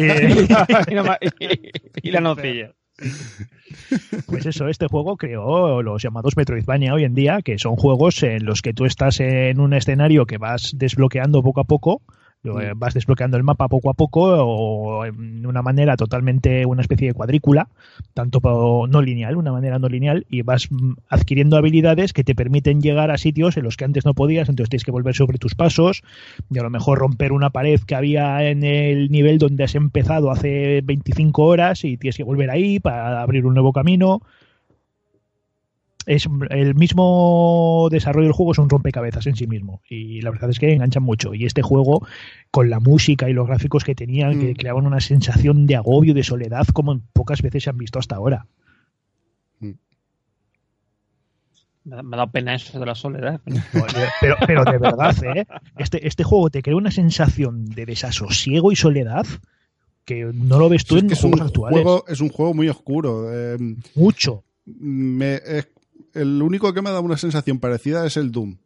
la nocilla.
Pues eso, este juego creó los llamados Metroidvania hoy en día, que son juegos en los que tú estás en un escenario que vas desbloqueando poco a poco. Vas desbloqueando el mapa poco a poco o de una manera totalmente una especie de cuadrícula, tanto no lineal, una manera no lineal, y vas adquiriendo habilidades que te permiten llegar a sitios en los que antes no podías, entonces tienes que volver sobre tus pasos y a lo mejor romper una pared que había en el nivel donde has empezado hace 25 horas y tienes que volver ahí para abrir un nuevo camino. Es el mismo desarrollo del juego, es un rompecabezas en sí mismo y la verdad es que enganchan mucho, y este juego con la música y los gráficos que tenían que creaban una sensación de agobio, de soledad como pocas veces se han visto hasta ahora.
Me ha dado pena eso de la soledad.
Pero de verdad, este juego te crea una sensación de desasosiego y soledad que no lo ves tú en juegos actuales.
Es un juego muy oscuro.
Mucho.
El único que me ha dado una sensación parecida es el Doom.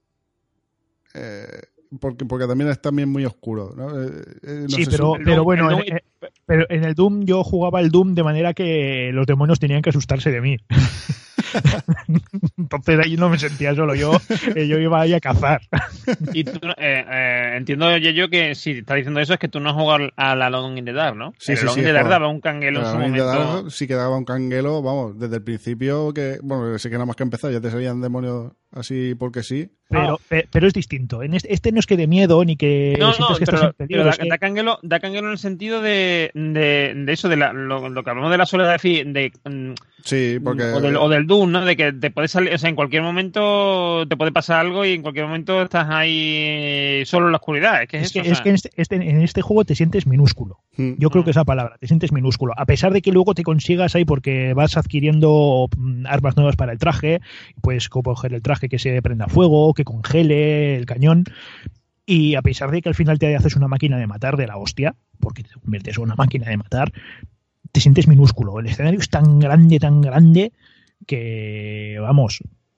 Porque también es también muy oscuro, ¿no?
Pero bueno, pero en el Doom yo jugaba el Doom de manera que los demonios tenían que asustarse de mí. Entonces ahí no me sentía solo, yo iba ahí a cazar.
Y tú, entiendo yo que si te estás diciendo eso es que tú no has jugado a la Alone in the Dark, ¿no?
Sí,
el Alone in the Dark daba un canguelo en su momento.
Sí que daba un canguelo, vamos, desde el principio, que bueno, sí que nada más que empezar ya te salían demonios así porque sí.
Pero es distinto. En este no es que de miedo ni que sientas que estás en peligro.
Pero da canguelo en el sentido de eso, de lo que hablamos de la soledad,
sí, porque...
o del Doom, ¿no? De que te puedes salir, o sea, en cualquier momento te puede pasar algo y en cualquier momento estás ahí solo en la oscuridad. Es que
en este juego te sientes minúsculo. Yo creo que esa palabra, te sientes minúsculo. A pesar de que luego te consigas ahí porque vas adquiriendo armas nuevas para el traje, puedes coger el traje que se prenda fuego, que congele el cañón, y a pesar de que al final te haces una máquina de matar de la hostia, porque te conviertes en una máquina de matar, te sientes minúsculo. El escenario es tan grande que, vamos,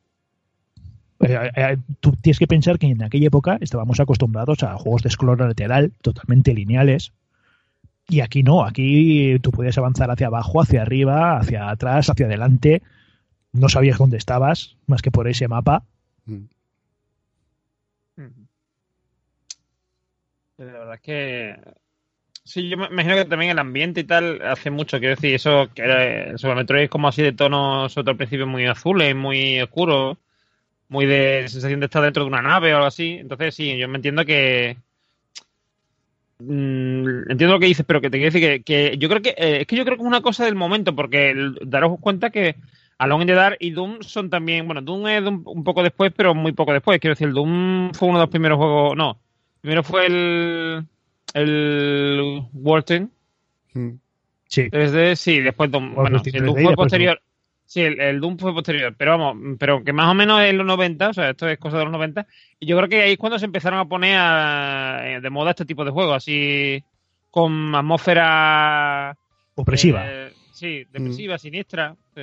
tú tienes que pensar que en aquella época estábamos acostumbrados a juegos de scroll lateral totalmente lineales, y aquí no, aquí tú puedes avanzar hacia abajo, hacia arriba, hacia atrás, hacia adelante, no sabías dónde estabas más que por ese mapa.
La verdad es que sí, yo me imagino que también el ambiente y tal hace mucho, quiero decir, eso que el Super Metroid es como así de tonos, sobre todo al principio muy azules, muy oscuros, muy de sensación de estar dentro de una nave o algo así. Entonces sí, yo me entiendo que entiendo lo que dices, pero que te quiero decir que yo creo que es que es una cosa del momento, porque daros cuenta que Alone in the Dark y Doom son también, bueno, Doom es un poco después, pero muy poco después. Quiero decir, el Doom fue uno de los primeros juegos, no, primero fue el Wolten.
Sí.
Sí, después Doom. Bueno, si el Doom fue posterior. Sí, el Doom fue posterior, pero vamos, pero que más o menos en los 90, o sea, esto es cosa de los 90, y yo creo que ahí es cuando se empezaron a poner de moda este tipo de juegos, así con atmósfera
opresiva.
Sí, depresiva, siniestra. Sí.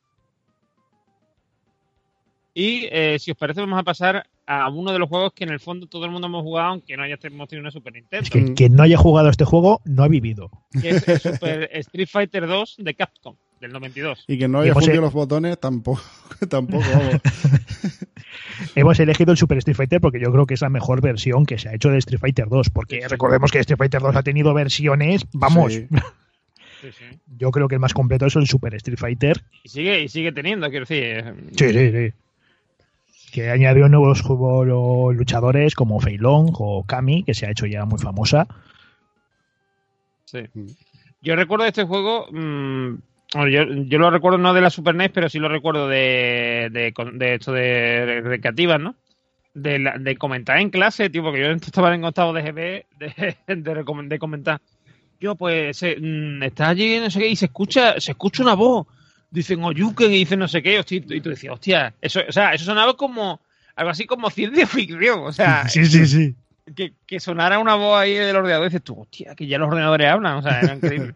Y si os parece, vamos a pasar a uno de los juegos que en el fondo todo el mundo hemos jugado, aunque no hayamos tenido una Super Nintendo.
Es que quien no haya jugado a este juego no ha vivido.
Que es el Super Street Fighter 2 de Capcom, del 92.
Y que no haya fundido los botones, tampoco vamos.
Hemos elegido el Super Street Fighter porque yo creo que es la mejor versión que se ha hecho de Street Fighter 2, porque recordemos que Street Fighter 2 ha tenido versiones, vamos... Sí. Sí. Yo creo que el más completo es el Super Street Fighter.
Y sigue teniendo, quiero decir.
Sí. Que añadió nuevos luchadores como Fei Long o Kami, que se ha hecho ya muy famosa.
Sí. Yo recuerdo este juego, yo lo recuerdo no de la Super NES, pero sí lo recuerdo de esto de recreativas, ¿no? De comentar en clase, tío, porque yo estaba en octavo de GB de comentar. Yo, pues, está allí, no sé qué, y se escucha una voz. Dicen Oyuken y dicen no sé qué, hostia, y tú decías, hostia, eso sonaba como algo así como ciencia ficción, o sea,
sí.
Que sonara una voz ahí del ordenador y dices tú, hostia, que ya los ordenadores hablan, o sea, era increíble.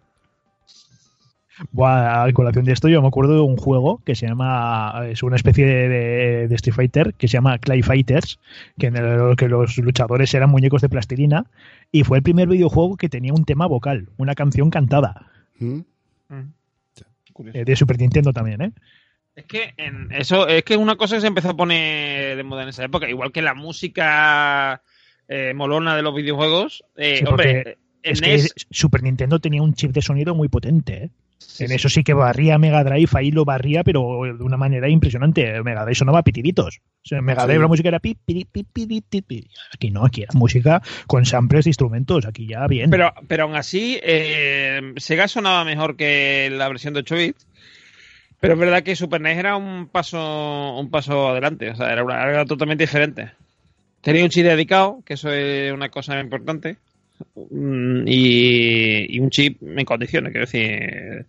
Buah, a colación de esto yo me acuerdo de un juego que se llama, es una especie de Street Fighter que se llama Clay Fighters, que en el que los luchadores eran muñecos de plastilina, y fue el primer videojuego que tenía un tema vocal, una canción cantada. De Super Nintendo también, ¿eh?
Es que es que una cosa que se empezó a poner de moda en esa época, igual que la música molona de los videojuegos.
Sí, hombre, es que Super Nintendo tenía un chip de sonido muy potente, ¿eh? Sí, eso sí que barría Mega Drive, ahí lo barría, pero de una manera impresionante. Mega Drive sonaba pitiritos. O sea, Mega Drive la música era pi. Aquí no, aquí era música con samples de instrumentos, aquí ya bien.
Pero aún así, Sega sonaba mejor que la versión de 8 bits. Pero es verdad que Super NES era un paso adelante, o sea, era algo totalmente diferente. Tenía un chip dedicado, que eso es una cosa importante. Y un chip en condiciones, quiero decir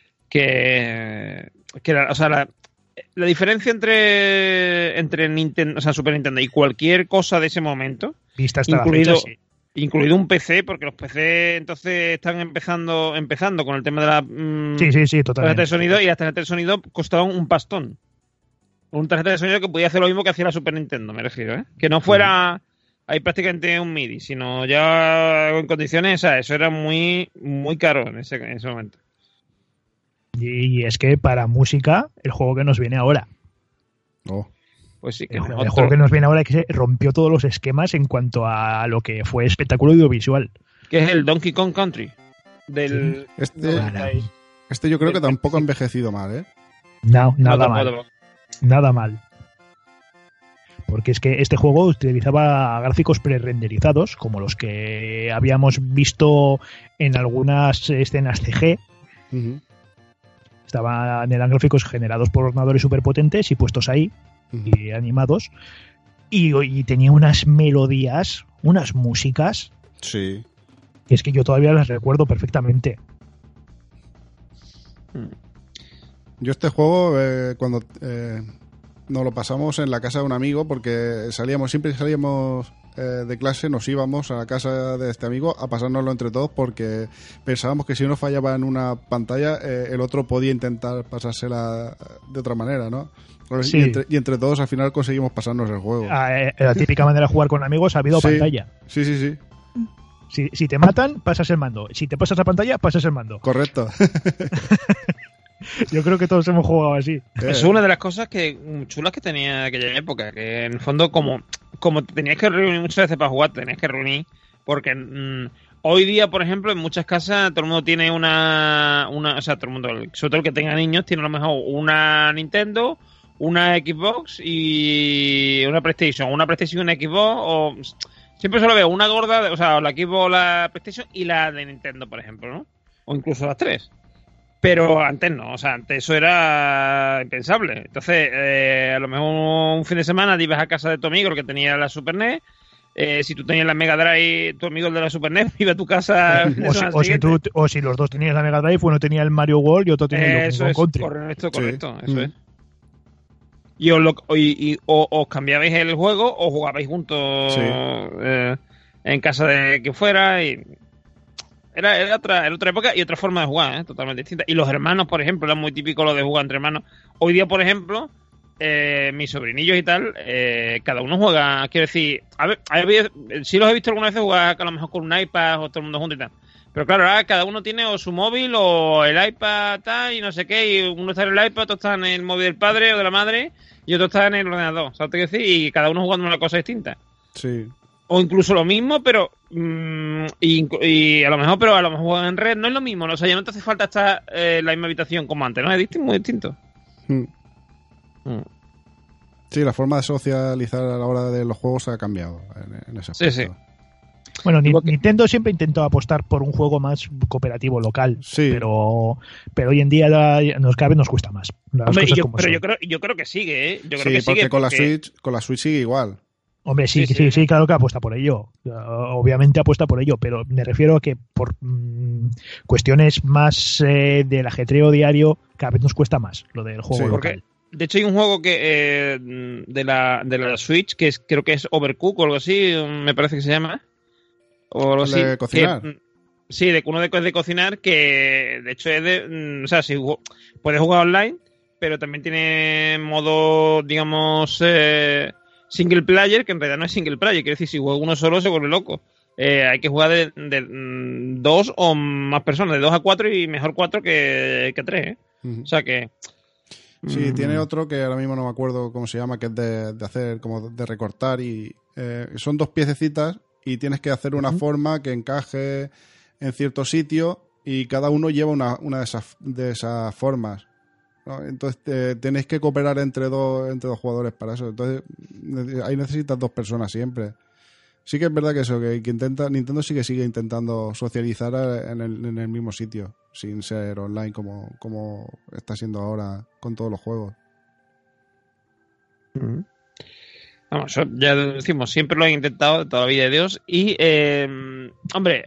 que o sea, la diferencia entre Nintendo, o sea, Super Nintendo y cualquier cosa de ese momento,
vista hasta la fecha, sí.
Incluido un PC, porque los PC entonces están empezando con el tema de la
sí, totalmente.
Tarjeta de sonido, y las tarjetas de sonido costaban un pastón. Un tarjeta de sonido que podía hacer lo mismo que hacía la Super Nintendo, me refiero, ¿eh? Que no fuera ahí prácticamente un MIDI, sino ya en condiciones, o sea, eso era muy, muy caro en ese momento.
Y es que para música, el juego que nos viene ahora.
Oh.
Pues sí, que
El juego que nos viene ahora que se rompió todos los esquemas en cuanto a lo que fue espectáculo audiovisual.
Que es el Donkey Kong Country. Del...
Este yo creo que tampoco ha envejecido mal, ¿eh?
No, nada mal. Nada mal. Porque es que este juego utilizaba gráficos pre-renderizados, como los que habíamos visto en algunas escenas CG.
Uh-huh.
Eran gráficos generados por ordenadores superpotentes y puestos ahí, y animados. Y tenía unas melodías, unas músicas.
Sí.
Que es que yo todavía las recuerdo perfectamente.
Yo este juego, cuando nos lo pasamos en la casa de un amigo, porque siempre salíamos de clase, nos íbamos a la casa de este amigo a pasárnoslo entre todos, porque pensábamos que si uno fallaba en una pantalla, el otro podía intentar pasársela de otra manera, ¿no? Sí. Y entre todos al final conseguimos pasarnos el juego.
La típica manera de jugar con amigos ha habido pantalla.
Sí.
Si te matan, pasas el mando. Si te pasas la pantalla, pasas el mando.
Correcto.
Yo creo que todos hemos jugado así.
Es una de las cosas chulas que tenía aquella época, que en el fondo como tenías que reunir muchas veces para jugar, tenías que reunir, porque hoy día, por ejemplo, en muchas casas todo el mundo tiene o sea, todo el mundo, sobre todo el que tenga niños, tiene a lo mejor una Nintendo, una Xbox y una PlayStation, y una Xbox, o siempre solo veo una gorda, o sea, la Xbox, la PlayStation y la de Nintendo, por ejemplo, ¿no? O incluso las tres. Pero antes no, o sea, antes eso era impensable. Entonces, a lo mejor un fin de semana te ibas a casa de tu amigo, el que tenía la Super NES. Si tú tenías la Mega Drive, tu amigo el de la Super NES iba a tu casa.
O si los dos tenías la Mega Drive, uno tenía el Mario World y otro tenía el Donkey Kong Country.
Correcto, eso es. Y os cambiabais el juego o jugabais juntos en casa de quien fuera y... Era otra época y otra forma de jugar, totalmente distinta. Y los hermanos, por ejemplo, era muy típico lo de jugar entre hermanos. Hoy día, por ejemplo, mis sobrinillos y tal, cada uno juega, quiero decir, sí los he visto alguna vez jugar a lo mejor con un iPad o todo el mundo junto y tal. Pero claro, ahora cada uno tiene o su móvil o el iPad tal y no sé qué, y uno está en el iPad, otro está en el móvil del padre o de la madre y otro está en el ordenador, ¿sabes qué decir? Y cada uno jugando una cosa distinta.
Sí.
O incluso lo mismo, pero y a lo mejor juegan en red, no es lo mismo, ¿no? O sea, ya no te hace falta estar en la misma habitación como antes, ¿no? Es muy distinto.
Sí, la forma de socializar a la hora de los juegos ha cambiado en ese aspecto.
Sí.
Bueno, Nintendo siempre intentó apostar por un juego más cooperativo local, pero hoy en día cada vez nos cuesta más.
Hombre, yo creo que sigue, ¿eh? Yo creo que sigue
con la Switch sigue igual.
Hombre, sí, claro que apuesta por ello. Obviamente apuesta por ello, pero me refiero a que por cuestiones más del ajetreo diario, cada vez nos cuesta más lo del juego local.
De hecho, hay un juego que de la Switch que creo que es Overcooked o algo así, me parece que se llama. O algo así.
¿De cocinar?
De uno de cocinar, que de hecho es de... o sea, si puedes jugar online, pero también tiene modo, digamos... single player, que en realidad no es single player, quiere decir, si juega uno solo se vuelve loco. Hay que jugar de 2 o más personas, de 2 a 4 y mejor 4 que 3, ¿eh? O sea que...
Sí, tiene otro que ahora mismo no me acuerdo cómo se llama, que es de hacer, como de recortar y... son 2 piececitas y tienes que hacer una forma que encaje en cierto sitio y cada uno lleva una de esas formas, ¿no? Entonces tenéis que cooperar entre dos jugadores para eso. Entonces ahí necesitas 2 personas siempre. Sí que es verdad que eso, que Nintendo sigue intentando socializar en el mismo sitio, sin ser online como está siendo ahora con todos los juegos.
Vamos, ya decimos, siempre lo han intentado de toda la vida de Dios. Y, hombre,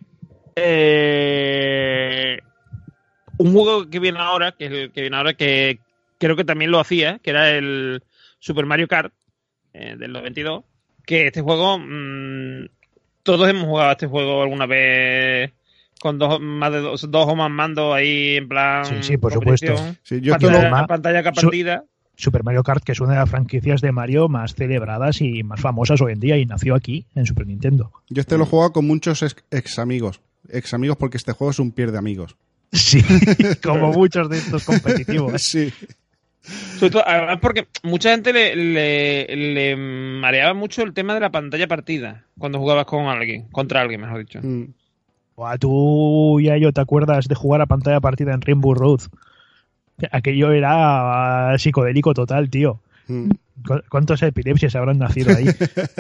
un juego que viene ahora, que creo que también lo hacía, que era el Super Mario Kart del 92, que este juego, todos hemos jugado a este juego alguna vez con dos o más mandos ahí en plan...
Sí, por supuesto.
Sí, yo
pantalla compartida.
Super Mario Kart, que es una de las franquicias de Mario más celebradas y más famosas hoy en día, y nació aquí, en Super Nintendo.
Yo lo he jugado con muchos ex amigos porque este juego es un pierde amigos.
Sí, como muchos de estos competitivos.
Sí.
Sobre todo, además porque mucha gente le mareaba mucho el tema de la pantalla partida cuando jugabas contra alguien, mejor dicho.
Buah, tú ya yo te acuerdas de jugar a pantalla partida en Rainbow Road. Aquello era psicodélico total, tío. ¿Cuántos epilepsias habrán nacido ahí?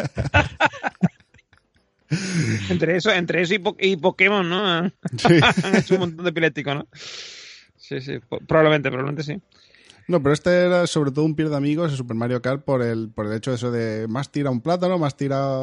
Entre eso y Pokémon, ¿no?
Sí.
Han hecho un montón de epilépticos, ¿no? Sí, probablemente sí.
No, pero este era sobre todo un pierde amigos en Super Mario Kart por el hecho de eso de más tira un plátano, más tira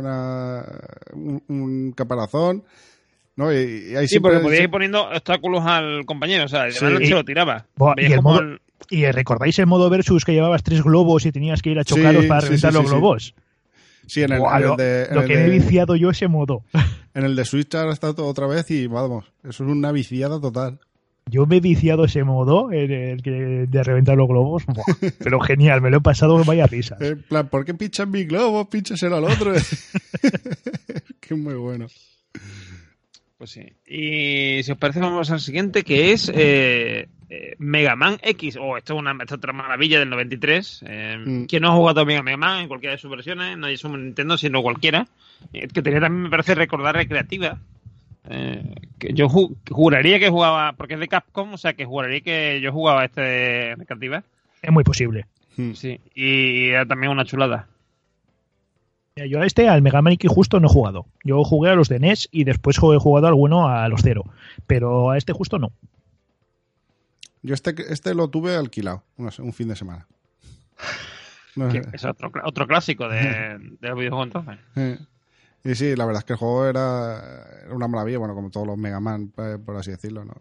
un caparazón, ¿no? Y ahí
sí, porque podías ir poniendo obstáculos al compañero, o sea, se lo tiraba.
Buah, y ¿recordáis el modo versus que llevabas 3 globos y tenías que ir a chocarlos para reventar los globos?
Sí, en el de...
Lo que me he viciado yo ese modo.
En el de Switch ahora está todo otra vez y vamos, eso es una viciada total.
Yo me he viciado ese modo, el de reventar los globos. Buah, pero genial, me lo he pasado, vaya risas.
En plan, ¿por qué pinchas mi globo? Pinchaselo al otro. Que es muy bueno.
Pues sí. Y si os parece, vamos al siguiente, que es Mega Man X. Esto es otra maravilla del 93. ¿Quién no ha jugado a Mega Man en cualquiera de sus versiones? No es un Nintendo, sino cualquiera. Que tenía también, me parece, recordar recreativa. Que yo juraría que jugaba, porque es de Capcom, o sea que juraría que yo jugaba de recreativa.
Es muy posible.
Sí, y era también una chulada.
Yo al Mega Man X justo no he jugado. Yo jugué a los de NES y después he jugado alguno a los 0. Pero a este justo no.
Yo este lo tuve alquilado un fin de semana. No sé.
Es otro clásico de los videojuegos entonces.
Y sí, la verdad es que el juego era una maravilla, bueno, como todos los Mega Man, por así decirlo, ¿no?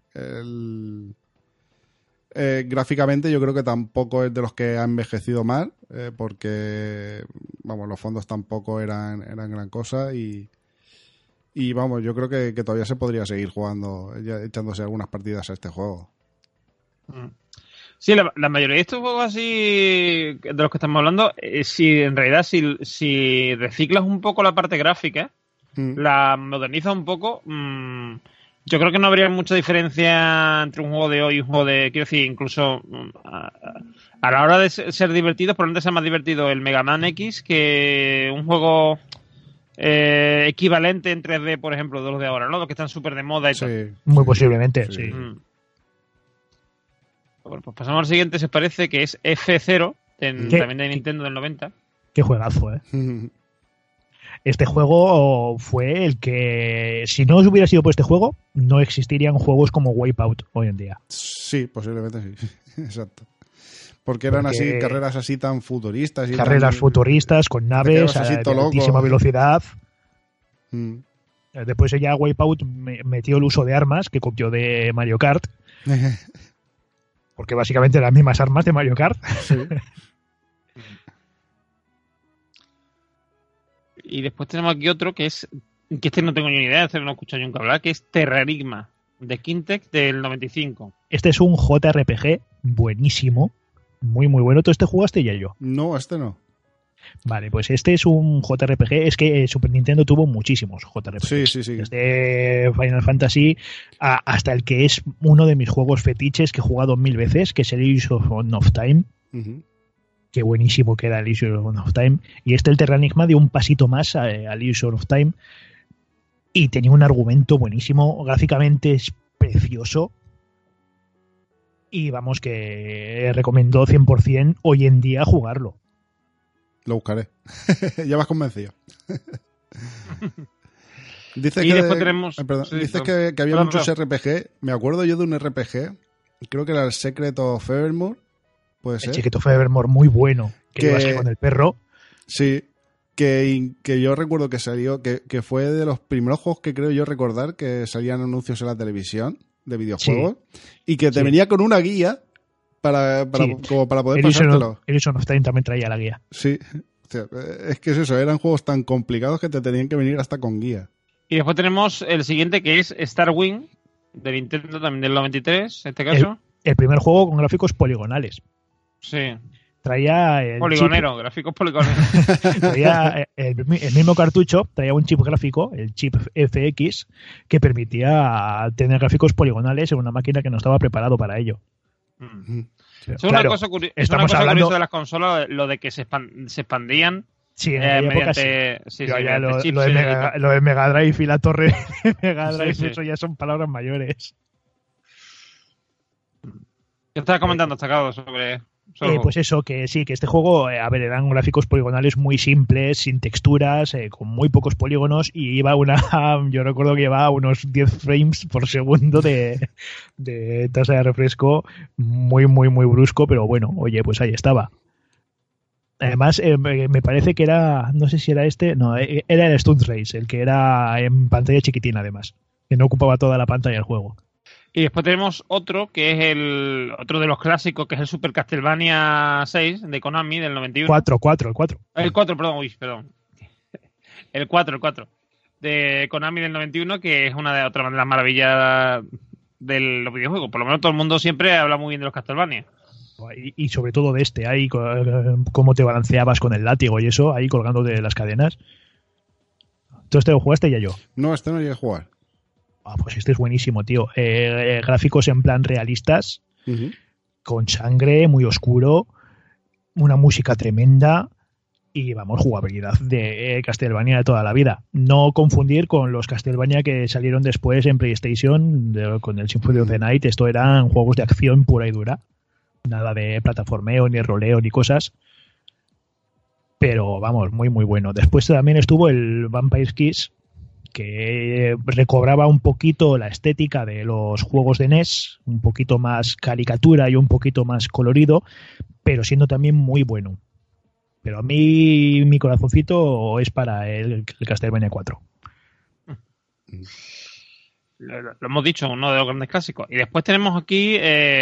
Gráficamente yo creo que tampoco es de los que ha envejecido mal, porque, vamos, los fondos tampoco eran gran cosa y vamos, yo creo que todavía se podría seguir jugando, echándose algunas partidas a este juego.
Sí, la mayoría de estos juegos así de los que estamos hablando, en realidad si reciclas un poco la parte gráfica, la modernizas un poco, yo creo que no habría mucha diferencia entre un juego de hoy y un juego de... Quiero decir, incluso a la hora de ser divertidos, probablemente sea más divertido el Mega Man X que un juego equivalente en 3D, por ejemplo, de los de ahora, ¿no? Los que están súper de moda y tal.
Muy posiblemente, sí.
Bueno, pues pasamos al siguiente, si os parece, que es F0, también de Nintendo del 90.
Qué juegazo, ¿eh? Este juego fue el que, si no hubiera sido por este juego, no existirían juegos como Wipeout hoy en día.
Sí, posiblemente sí. Exacto. Porque eran así, carreras así tan futuristas.
Carreras futuristas, con naves a altísima velocidad. Después ya Wipeout metió el uso de armas, que copió de Mario Kart. Porque básicamente las mismas armas de Mario Kart.
Sí.
Y después tenemos aquí otro que este no tengo ni idea, no he escuchado yo nunca hablar, que es Terranigma, de Kintex del 95.
Este es un JRPG buenísimo, muy muy bueno. ¿Tú este jugaste, Yayo?
No, este no.
Vale, pues este es un JRPG. Es que Super Nintendo tuvo muchísimos JRPG.
Sí.
Desde Final Fantasy hasta el que es uno de mis juegos fetiches que he jugado 1000 veces, que es el Illusion of Time. Qué buenísimo queda el Illusion of Time. Y el Terranigma dio un pasito más al Illusion of Time. Y tenía un argumento buenísimo. Gráficamente es precioso. Y vamos, que recomiendo 100% hoy en día jugarlo.
Lo buscaré. Ya me has convencido. Dice que había muchos RPG. Me acuerdo yo de un RPG. Creo que era el Secret of Evermore. Puede ser.
El Secret of Evermore, muy bueno. Que ibas con el perro.
Sí. Que yo recuerdo que salió. Que fue de los primeros juegos que creo yo recordar que salían anuncios en la televisión de videojuegos. Sí. Y que te venía con una guía. Como para poder pasártelo.
Illusion of Time también traía la guía.
Sí, o sea, es que es eso, eran juegos tan complicados que te tenían que venir hasta con guía.
Y después tenemos el siguiente que es Starwing, de Nintendo también del 93, en este caso.
El primer juego con gráficos poligonales.
Sí.
traía el
poligonero, gráficos poligoneros.
Traía el mismo cartucho, traía un chip gráfico, el chip FX, que permitía tener gráficos poligonales en una máquina que no estaba preparado para ello.
Es una cosa curiosa de las consolas, lo de que se expandían.
Sí, en aquella época sí. Lo de Mega Drive y la torre de Mega Drive, eso ya son palabras mayores.
¿Qué estabas comentando, Destacado, sobre
pues eso, que sí, que este juego, eran gráficos poligonales muy simples, sin texturas, con muy pocos polígonos, y yo recuerdo que llevaba unos 10 frames por segundo de tasa de refresco, muy, muy, muy brusco, pero bueno, oye, pues ahí estaba. Además, me parece que era, no sé si era era el Stunt Race, el que era en pantalla chiquitina además, que no ocupaba toda la pantalla del juego.
Y después tenemos otro, que es otro de los clásicos, que es el Super Castlevania 6 de Konami del 91.
El 4.
El 4, perdón. El 4 de Konami del 91, que es otra de las maravillas de los videojuegos. Por lo menos todo el mundo siempre habla muy bien de los Castlevania.
Y sobre todo de ahí cómo te balanceabas con el látigo y eso, ahí colgando de las cadenas. ¿Tú lo jugaste ya yo?
No, no llegué a jugar.
Pues este es buenísimo, tío. Gráficos en plan realistas, con sangre, muy oscuro, una música tremenda y, jugabilidad de Castlevania de toda la vida. No confundir con los Castlevania que salieron después en PlayStation con el Symphony of the Night. Esto eran juegos de acción pura y dura. Nada de plataformeo, ni roleo, ni cosas. Pero, muy, muy bueno. Después también estuvo el Vampire Kiss, que recobraba un poquito la estética de los juegos de NES, un poquito más caricatura y un poquito más colorido, pero siendo también muy bueno. Pero a mí mi corazoncito es para el Castlevania 4.
Lo hemos dicho, uno de los grandes clásicos. Y después tenemos aquí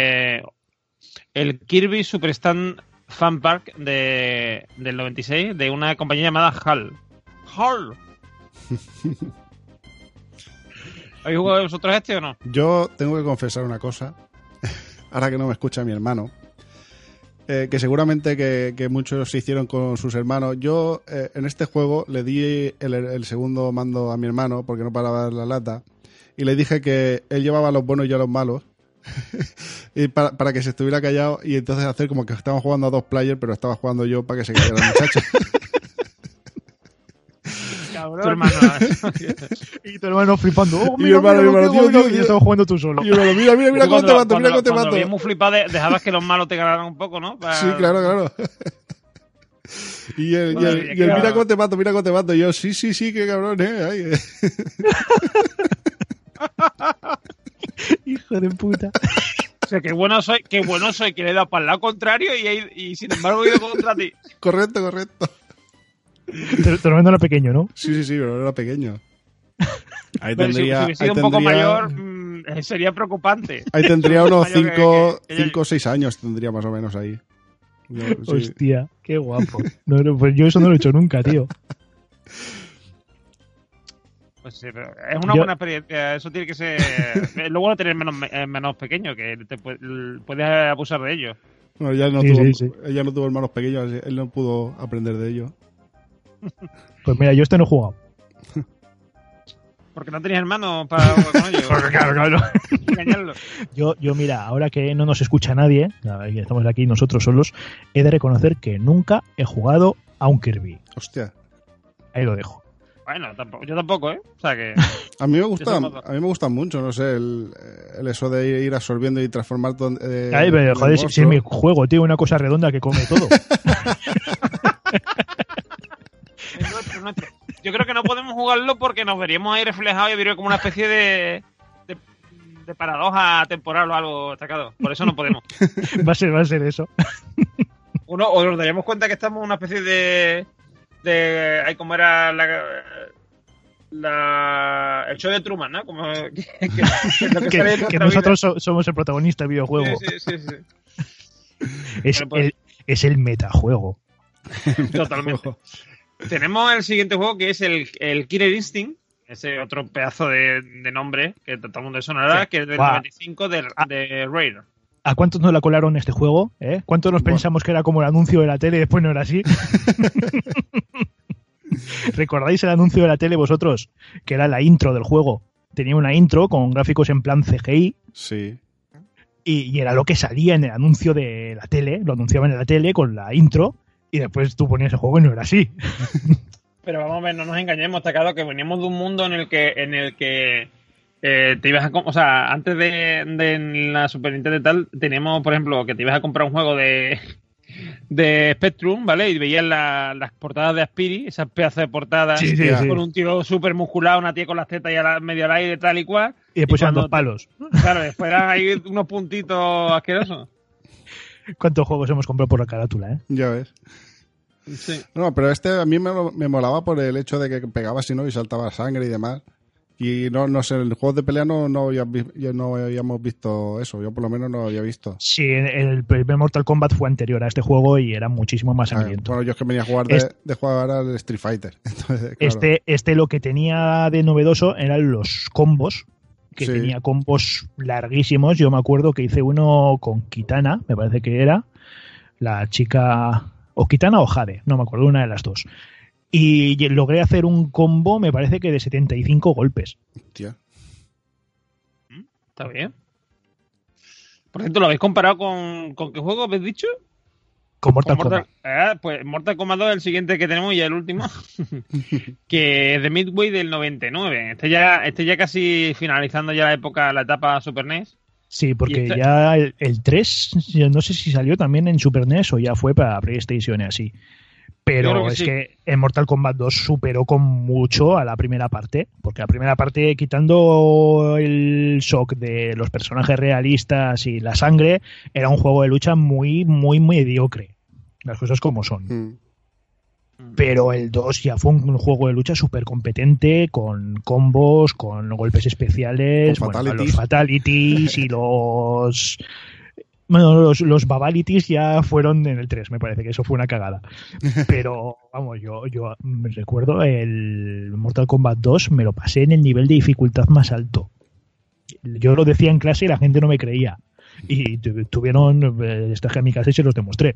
el Kirby Superstar Fan Park del 96, de una compañía llamada HAL. HAL. ¿Habéis jugado vosotros este o no?
Yo tengo que confesar una cosa, ahora que no me escucha mi hermano, que seguramente que muchos se hicieron con sus hermanos. Yo en este juego le di el segundo mando a mi hermano porque no paraba de dar la lata, y le dije que él llevaba a los buenos y yo a los malos y para que se estuviera callado, y entonces hacer como que estaban jugando a dos players, pero estaba jugando yo para que se callara el muchacho.
Cabrón. Tu hermano.
Y tu hermano flipando. Oh,
mi hermano, tío,
y estaba jugando tú solo.
Y mira cómo te mato, mira cómo te mato.
Cuando bien muy flipado, dejabas que los malos te ganaran un poco, ¿no?
Sí, claro. Y el mira cómo te mato. Y yo, sí, qué cabrón, Ay.
Hijo de puta.
O sea, qué bueno soy, que le he dado para el lado contrario y sin embargo he ido contra ti.
Correcto.
Tu hermano era pequeño, ¿no?
Sí, pero era pequeño. Ahí
pero
tendría,
si hubiese sido un poco mayor, sería preocupante.
Ahí tendría unos 5 o 6 años, tendría más o menos ahí.
Sí. Hostia, qué guapo. No, pues yo eso no lo he hecho nunca, tío.
Pues sí, pero es una buena experiencia. Eso tiene que ser. Lo bueno de tener menos pequeño, que puedes abusar de ellos.
Bueno, ella no tuvo hermanos pequeños, él no pudo aprender de ellos.
Pues mira, yo no he jugado.
Porque no tenías hermanos para jugar con ellos.
Claro.
Engañarlos.
Yo, mira, ahora que no nos escucha nadie, estamos aquí nosotros solos, he de reconocer que nunca he jugado a un Kirby.
Hostia.
Ahí lo dejo.
Bueno, yo tampoco, ¿eh? O sea que...
A mí me gustan mucho, no sé, el eso de ir absorbiendo y transformar todo.
Ay, pero joder, si es mi juego, tío, una cosa redonda que come todo.
Es nuestro. Yo creo que no podemos jugarlo porque nos veríamos ahí reflejados y vería como una especie de paradoja temporal o algo destacado. Por eso no podemos.
Va a ser eso.
O nos daríamos cuenta que estamos en una especie de ahí como era el show de Truman, ¿no? Como
que nosotros somos el protagonista del videojuego.
Sí.
Es el metajuego.
Totalmente. Tenemos el siguiente juego, que es el Killer Instinct, ese otro pedazo de nombre que todo el mundo sonará, que es del 95 de Rare.
¿A cuántos no la colaron este juego? ¿Cuántos nos pensamos que era como el anuncio de la tele y después no era así? ¿Recordáis el anuncio de la tele vosotros? Que era la intro del juego. Tenía una intro con gráficos en plan CGI.
Sí.
Y era lo que salía en el anuncio de la tele. Lo anunciaban en la tele con la intro y después tú ponías el juego y no era así.
Pero vamos a ver, no nos engañemos, está claro que veníamos de un mundo en el que te ibas a... O sea, antes de la Super Nintendo y tal, teníamos, por ejemplo, que te ibas a comprar un juego de Spectrum, ¿vale? Y veías las portadas de Aspiri, esas pedazos de portadas con un tío súper musculado, una tía con las tetas ya medio al aire, tal y cual.
Y después eran 2 palos.
Claro, después eran ahí unos puntitos asquerosos.
¿Cuántos juegos hemos comprado por la carátula,
Ya ves.
Sí.
No, pero a mí me molaba por el hecho de que pegaba así, ¿no? Y saltaba sangre y demás. Y no sé, en el juego de pelea no habíamos visto eso. Yo por lo menos no lo había visto.
Sí, el primer Mortal Kombat fue anterior a este juego y era muchísimo más sangriento.
Bueno, yo es que venía a jugar de jugar al Street Fighter. Entonces, claro.
Este lo que tenía de novedoso eran los combos, que tenía combos larguísimos. Yo me acuerdo que hice uno con Kitana, me parece que era la chica, o Kitana o Jade, no me acuerdo, una de las dos. Y logré hacer un combo, me parece que de 75 golpes.
Hostia.
Está bien. Por cierto, ¿lo habéis comparado con qué juego habéis dicho?
Con Mortal Kombat.
Pues Mortal Kombat 2 es el siguiente que tenemos y el último. Que es de Midway del 99. Este ya casi finalizando ya la etapa Super NES.
Sí, porque ya el 3, yo no sé si salió también en Super NES o ya fue para PlayStation y así. Pero es que en Mortal Kombat 2 superó con mucho a la primera parte, porque la primera parte, quitando el shock de los personajes realistas y la sangre, era un juego de lucha muy, muy, muy mediocre. Las cosas como son. Pero el 2 ya fue un juego de lucha súper competente, con combos, con golpes especiales, los fatalities y los... Bueno, los Babalities ya fueron en el 3, me parece que eso fue una cagada. Pero, vamos, yo me recuerdo el Mortal Kombat 2 me lo pasé en el nivel de dificultad más alto. Yo lo decía en clase y la gente no me creía. Y tuvieron, traje a mi casa y se los demostré.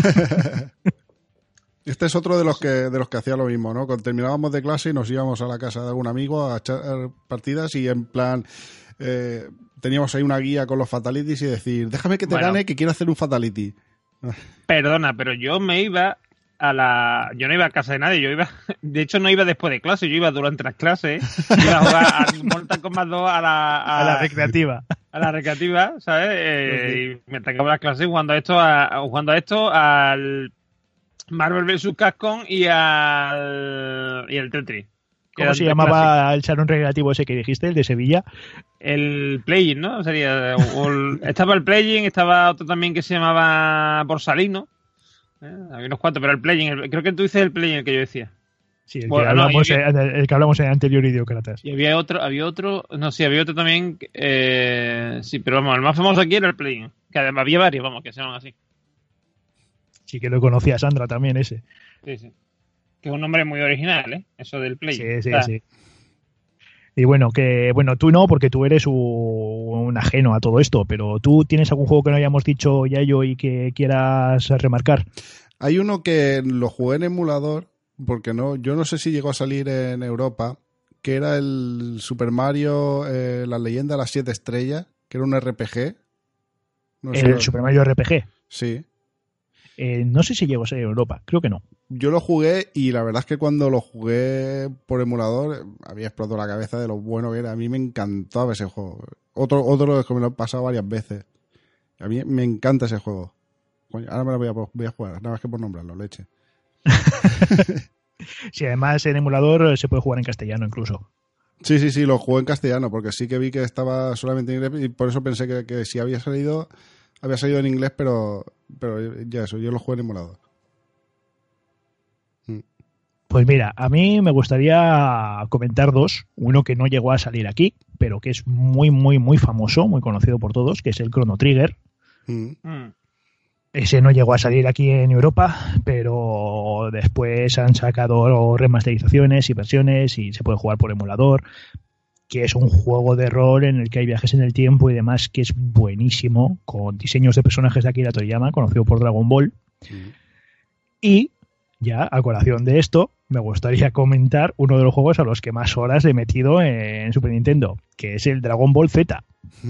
Este es otro de los que hacía lo mismo, ¿no? Cuando terminábamos de clase y nos íbamos a la casa de algún amigo a echar partidas y en plan... teníamos ahí una guía con los fatalities y decir, déjame que te gane, que quiero hacer un fatality.
Perdona, pero yo no iba a casa de nadie, de hecho no iba después de clase, yo iba durante las clases, iba a jugar a Mortal Kombat 2 a
la recreativa.
A la recreativa, ¿sabes? Y me tocaba las clases jugando a esto al Marvel vs. Capcom y el Tetris.
¿Cómo se llamaba el salón recreativo ese que dijiste, el de Sevilla?
El Playing, ¿no? Estaba el Playing, estaba otro también que se llamaba Borsalino. Había unos cuantos, pero el Playing, creo que tú dices el Playing el que yo decía.
Sí, el que hablamos en el anterior Idiócratas.
Y había otro también, sí, pero vamos, el más famoso aquí era el Playing. Que además había varios, vamos, que se llaman así.
Sí, que lo conocía Sandra también ese.
Sí. Que es un nombre muy original, ¿eh? Eso del Play.
Sí. Y bueno, tú no, porque tú eres un ajeno a todo esto, pero ¿tú tienes algún juego que no hayamos dicho ya yo y que quieras remarcar?
Hay uno que lo jugué en emulador, porque yo no sé si llegó a salir en Europa, que era el Super Mario, la leyenda de las 7 estrellas, que era un RPG.
¿El Super Mario RPG?
Sí.
No sé si llegó a ser en Europa, creo que no.
Yo lo jugué y la verdad es que cuando lo jugué por emulador había explotado la cabeza de lo bueno que era. A mí me encantaba ese juego. Otro que me lo he pasado varias veces. A mí me encanta ese juego. Coño, ahora me lo voy a jugar, nada más que por nombrarlo, leche.
Sí, además en emulador se puede jugar en castellano incluso.
Sí, lo jugué en castellano porque sí que vi que estaba solamente en inglés y por eso pensé que si había salido en inglés, pero ya eso, yo lo jugué en emulador.
Pues mira, a mí me gustaría comentar dos. Uno que no llegó a salir aquí, pero que es muy, muy, muy famoso, muy conocido por todos, que es el Chrono Trigger. Ese no llegó a salir aquí en Europa, pero después han sacado remasterizaciones y versiones y se puede jugar por emulador. que es un juego de rol en el que hay viajes en el tiempo y demás, que es buenísimo, con diseños de personajes de Akira Toriyama, conocido por Dragon Ball. Sí. Y ya, a colación de esto, me gustaría comentar uno de los juegos a los que más horas he metido en Super Nintendo, que es el Dragon Ball Z.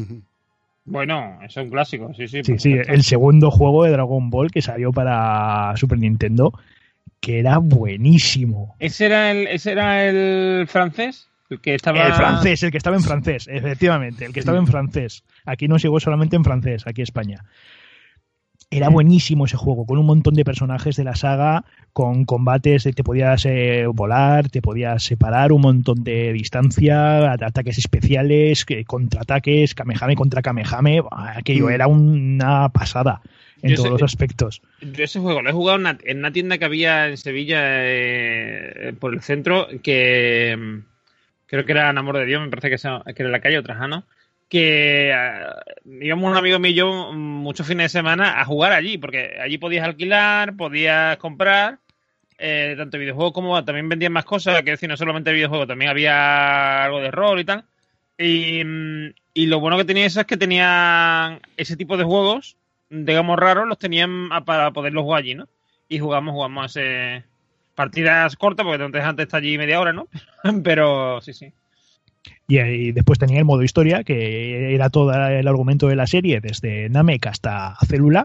Bueno, es un clásico, sí.
Sí, el segundo juego de Dragon Ball que salió para Super Nintendo, que era buenísimo.
¿Ese era el francés? El que estaba
en francés, efectivamente, el que estaba en francés. Aquí no llegó solamente en francés, aquí en España. Era buenísimo ese juego, con un montón de personajes de la saga, con combates, te podías volar, te podías separar un montón de distancia, ataques especiales, contraataques, Kamehame contra Kamehame, aquello era una pasada en todos los aspectos.
Yo ese juego lo he jugado en una tienda que había en Sevilla, por el centro, que creo que era Amor de Dios, me parece que era en la calle Trajano, que íbamos un amigo mío y yo muchos fines de semana a jugar allí, porque allí podías alquilar, podías comprar tanto videojuegos como también vendían más cosas, que decir, no solamente videojuegos, también había algo de rol y tal, y lo bueno que tenía eso es que tenían ese tipo de juegos, digamos raros, los tenían para poderlos jugar allí, ¿no? Y jugamos partidas cortas, porque no te dejan estar allí media hora, ¿no? Pero sí.
Y después tenía el modo historia, que era todo el argumento de la serie, desde Namek hasta Célula,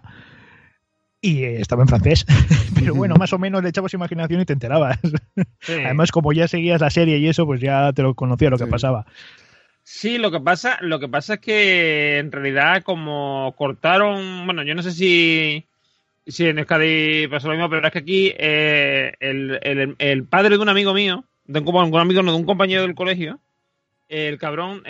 y estaba en francés. Pero bueno, más o menos le echabas imaginación y te enterabas. Sí. Además, como ya seguías la serie y eso, pues ya te lo conocía lo que pasaba.
Sí, lo que pasa es que en realidad como cortaron, bueno, yo no sé si en Euskadi pasó lo mismo, pero es que aquí el padre de un amigo mío, de un compañero del colegio, el cabrón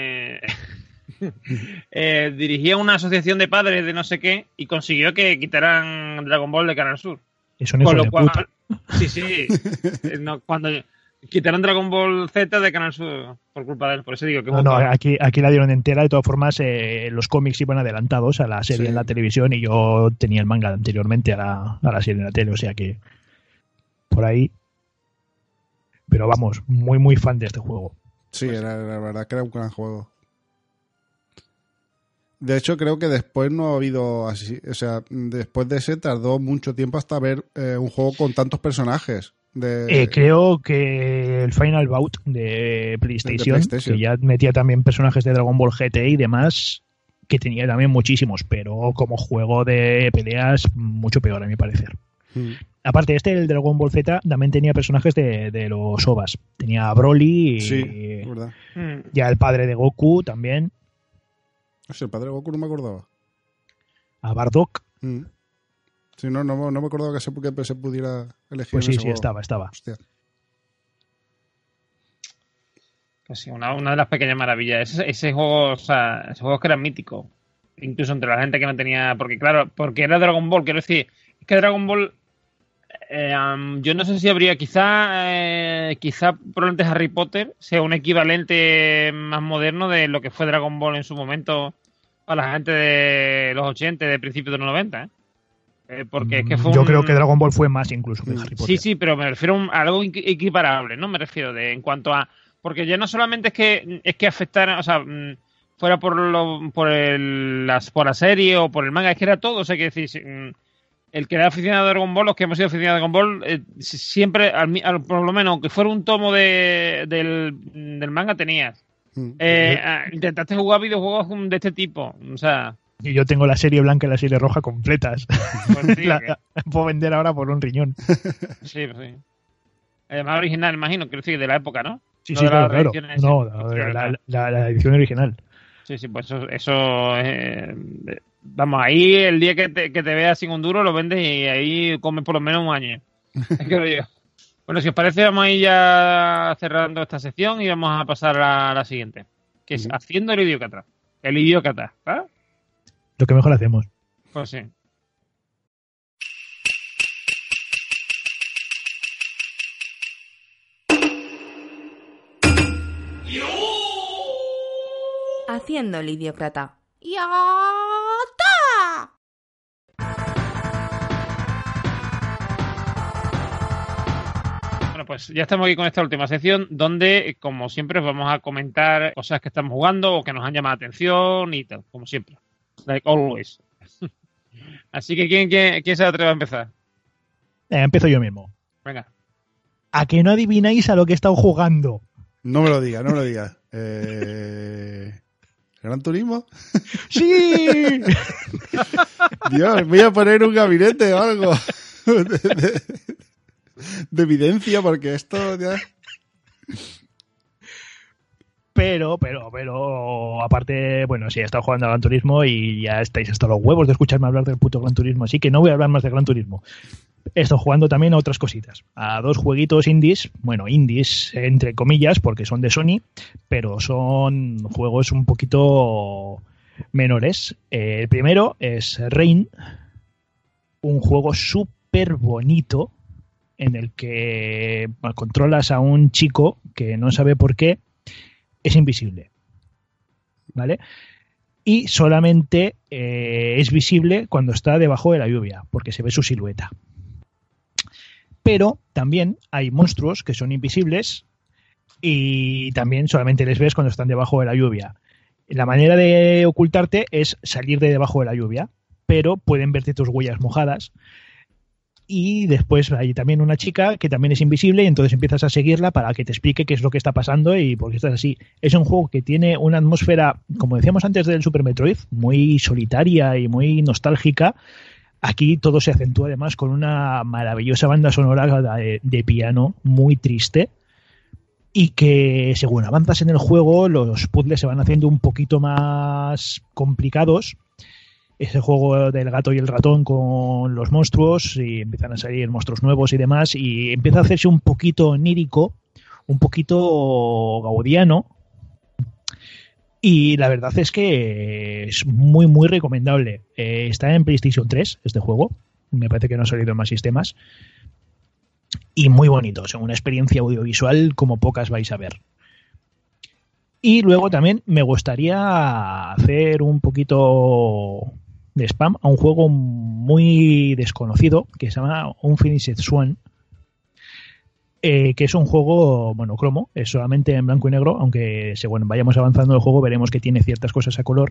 dirigía una asociación de padres de no sé qué y consiguió que quitaran Dragon Ball de Canal Sur.
Eso no es de puta.
Sí. Cuando quitaron Dragon Ball Z de Canal Sur por culpa de él, por eso digo que...
Aquí la dieron entera. De todas formas, los cómics iban adelantados a la serie en la televisión y yo tenía el manga anteriormente a la serie en la tele, o sea que por ahí... Pero vamos, muy muy fan de este juego.
Sí, la verdad que era un gran juego. De hecho, creo que después no ha habido así. O sea, después de ese tardó mucho tiempo hasta ver un juego con tantos personajes.
Creo que el Final Bout de PlayStation, que ya metía también personajes de Dragon Ball GT y demás, que tenía también muchísimos, pero como juego de peleas, mucho peor a mi parecer. Aparte, el Dragon Ball Z también tenía personajes de los OVAs. Tenía a Broly y
verdad.
Ya el padre de Goku también.
El padre de Goku no me acordaba.
A Bardock.
Sí, no me acordaba que se pudiera elegir.
Pues sí, estaba.
Hostia.
Pues sí, una de las pequeñas maravillas. Ese juego, o sea, ese juego que era mítico. Incluso entre la gente que no tenía... Porque era Dragon Ball, quiero decir... Es que Dragon Ball... yo no sé si habría... Quizá probablemente Harry Potter sea un equivalente más moderno de lo que fue Dragon Ball en su momento para la gente de los 80, de principios de los 90, porque es que fue
yo creo que Dragon Ball fue más incluso que Harry Potter.
Sí, pero me refiero a algo equiparable, ¿no? Me refiero en cuanto a... Porque ya no solamente es que afectara, o sea, fuera por la serie o por el manga, es que era todo, o sea, que decir, el que era aficionado a Dragon Ball, los que hemos sido aficionados a Dragon Ball, siempre, por lo menos, aunque fuera un tomo del manga, tenías. Intentaste jugar videojuegos de este tipo, o sea...
Y yo tengo la serie blanca y la serie roja completas.
Pues sí,
la puedo vender ahora por un riñón.
Sí. Además original, imagino, quiero decir, de la época, ¿no?
Sí, claro. No, la edición original.
Sí, pues eso vamos, ahí el día que te veas sin un duro lo vendes y ahí comes por lo menos un año. Creo yo. Bueno, si os parece, vamos a ir ya cerrando esta sección y vamos a pasar a la siguiente, que es haciendo el idiocata. El idiocata, ¿verdad?
Lo que mejor hacemos.
Pues sí.
Haciendo el idiocrata.
Bueno, pues ya estamos aquí con esta última sección donde, como siempre, os vamos a comentar cosas que estamos jugando o que nos han llamado la atención y tal, como siempre. Like always. Así que, ¿quién se atreve a empezar?
Empiezo yo mismo.
Venga.
¿A que no adivináis a lo que he estado jugando?
No me lo digas. ¿Gran Turismo?
¡Sí!
Dios, voy a poner un gabinete o algo de evidencia, porque esto ya...
Pero, aparte, bueno, sí, he estado jugando a Gran Turismo y ya estáis hasta los huevos de escucharme hablar del puto Gran Turismo, así que no voy a hablar más de Gran Turismo. He estado jugando también a otras cositas, a 2 jueguitos indies, bueno, indies entre comillas, porque son de Sony, pero son juegos un poquito menores. El primero es Rain, un juego súper bonito en el que controlas a un chico que no sabe por qué es invisible, ¿vale? Y solamente es visible cuando está debajo de la lluvia, porque se ve su silueta. Pero también hay monstruos que son invisibles y también solamente les ves cuando están debajo de la lluvia. La manera de ocultarte es salir de debajo de la lluvia, pero pueden verte tus huellas mojadas. Y después hay también una chica que también es invisible y entonces empiezas a seguirla para que te explique qué es lo que está pasando y por qué estás así. Es un juego que tiene una atmósfera, como decíamos antes del Super Metroid, muy solitaria y muy nostálgica. Aquí todo se acentúa además con una maravillosa banda sonora de piano muy triste y que según avanzas en el juego los puzzles se van haciendo un poquito más complicados. Ese juego del gato y el ratón con los monstruos y empiezan a salir monstruos nuevos y demás y empieza a hacerse un poquito onírico, un poquito gaudiano y la verdad es que es muy muy recomendable. Está en PlayStation 3 este juego, me parece que no ha salido en más sistemas y muy bonito, o sea, una experiencia audiovisual como pocas vais a ver. Y luego también me gustaría hacer un poquito de spam a un juego muy desconocido que se llama Unfinished Swan, que es un juego monocromo, es solamente en blanco y negro, aunque según vayamos avanzando en el juego veremos que tiene ciertas cosas a color.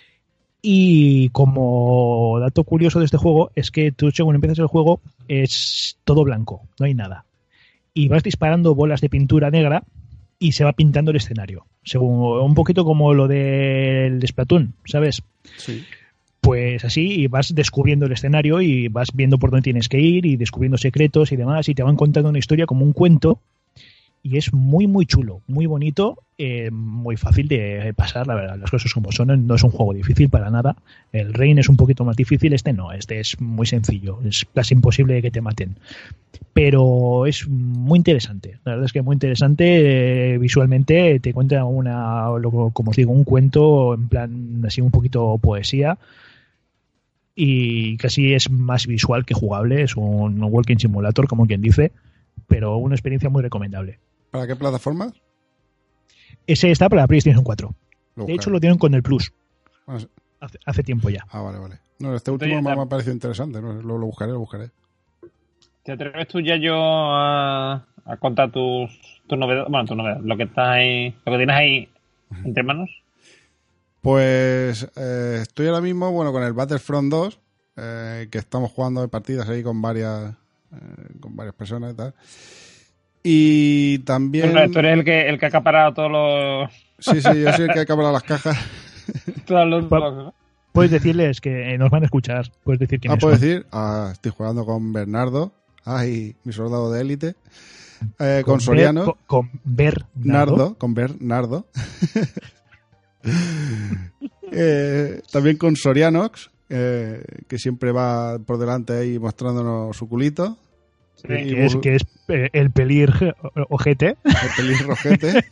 Y como dato curioso de este juego es que tú según empiezas el juego es todo blanco, no hay nada. Y vas disparando bolas de pintura negra y se va pintando el escenario. Según, un poquito como lo del Splatoon, ¿sabes?
Sí.
Pues así, y vas descubriendo el escenario y vas viendo por dónde tienes que ir y descubriendo secretos y demás, y te van contando una historia como un cuento, y es muy muy chulo, muy bonito, muy fácil de pasar, la verdad, las cosas como son, no es un juego difícil para nada. El Rain es un poquito más difícil, este no, este es muy sencillo, es casi imposible que te maten, pero es muy interesante, la verdad es que muy interesante. Visualmente te cuenta como os digo, un cuento en plan así un poquito poesía y casi es más visual que jugable, es un walking simulator como quien dice, pero una experiencia muy recomendable.
¿Para qué plataformas?
Ese está para la PlayStation 4. De hecho lo tienen con el Plus.
Ah, sí.
Hace tiempo ya.
Ah, vale. No, este último me ha parecido interesante, ¿no? Lo buscaré.
¿Te atreves tú, Yayo, a contar tus novedades? Bueno, tus novedades, lo que tienes ahí entre manos.
Pues estoy ahora mismo, con el Battlefront 2, que estamos jugando de partidas ahí con varias personas y tal. Y también...
Tú eres el que ha acaparado todos los...
Sí, yo soy el que ha acaparado las cajas.
Todos los blogs, ¿no?
Puedes decirles que nos van a escuchar. Puedes decir quiénes son.
Puedes decir, estoy jugando con Bernardo. Ay, mi soldado de élite. Con Soriano.
Con Bernardo.
Con Bernardo. También con Sorianox, que siempre va por delante ahí mostrándonos su culito.
Sí, que es el pelir ojete.
El pelir rojete.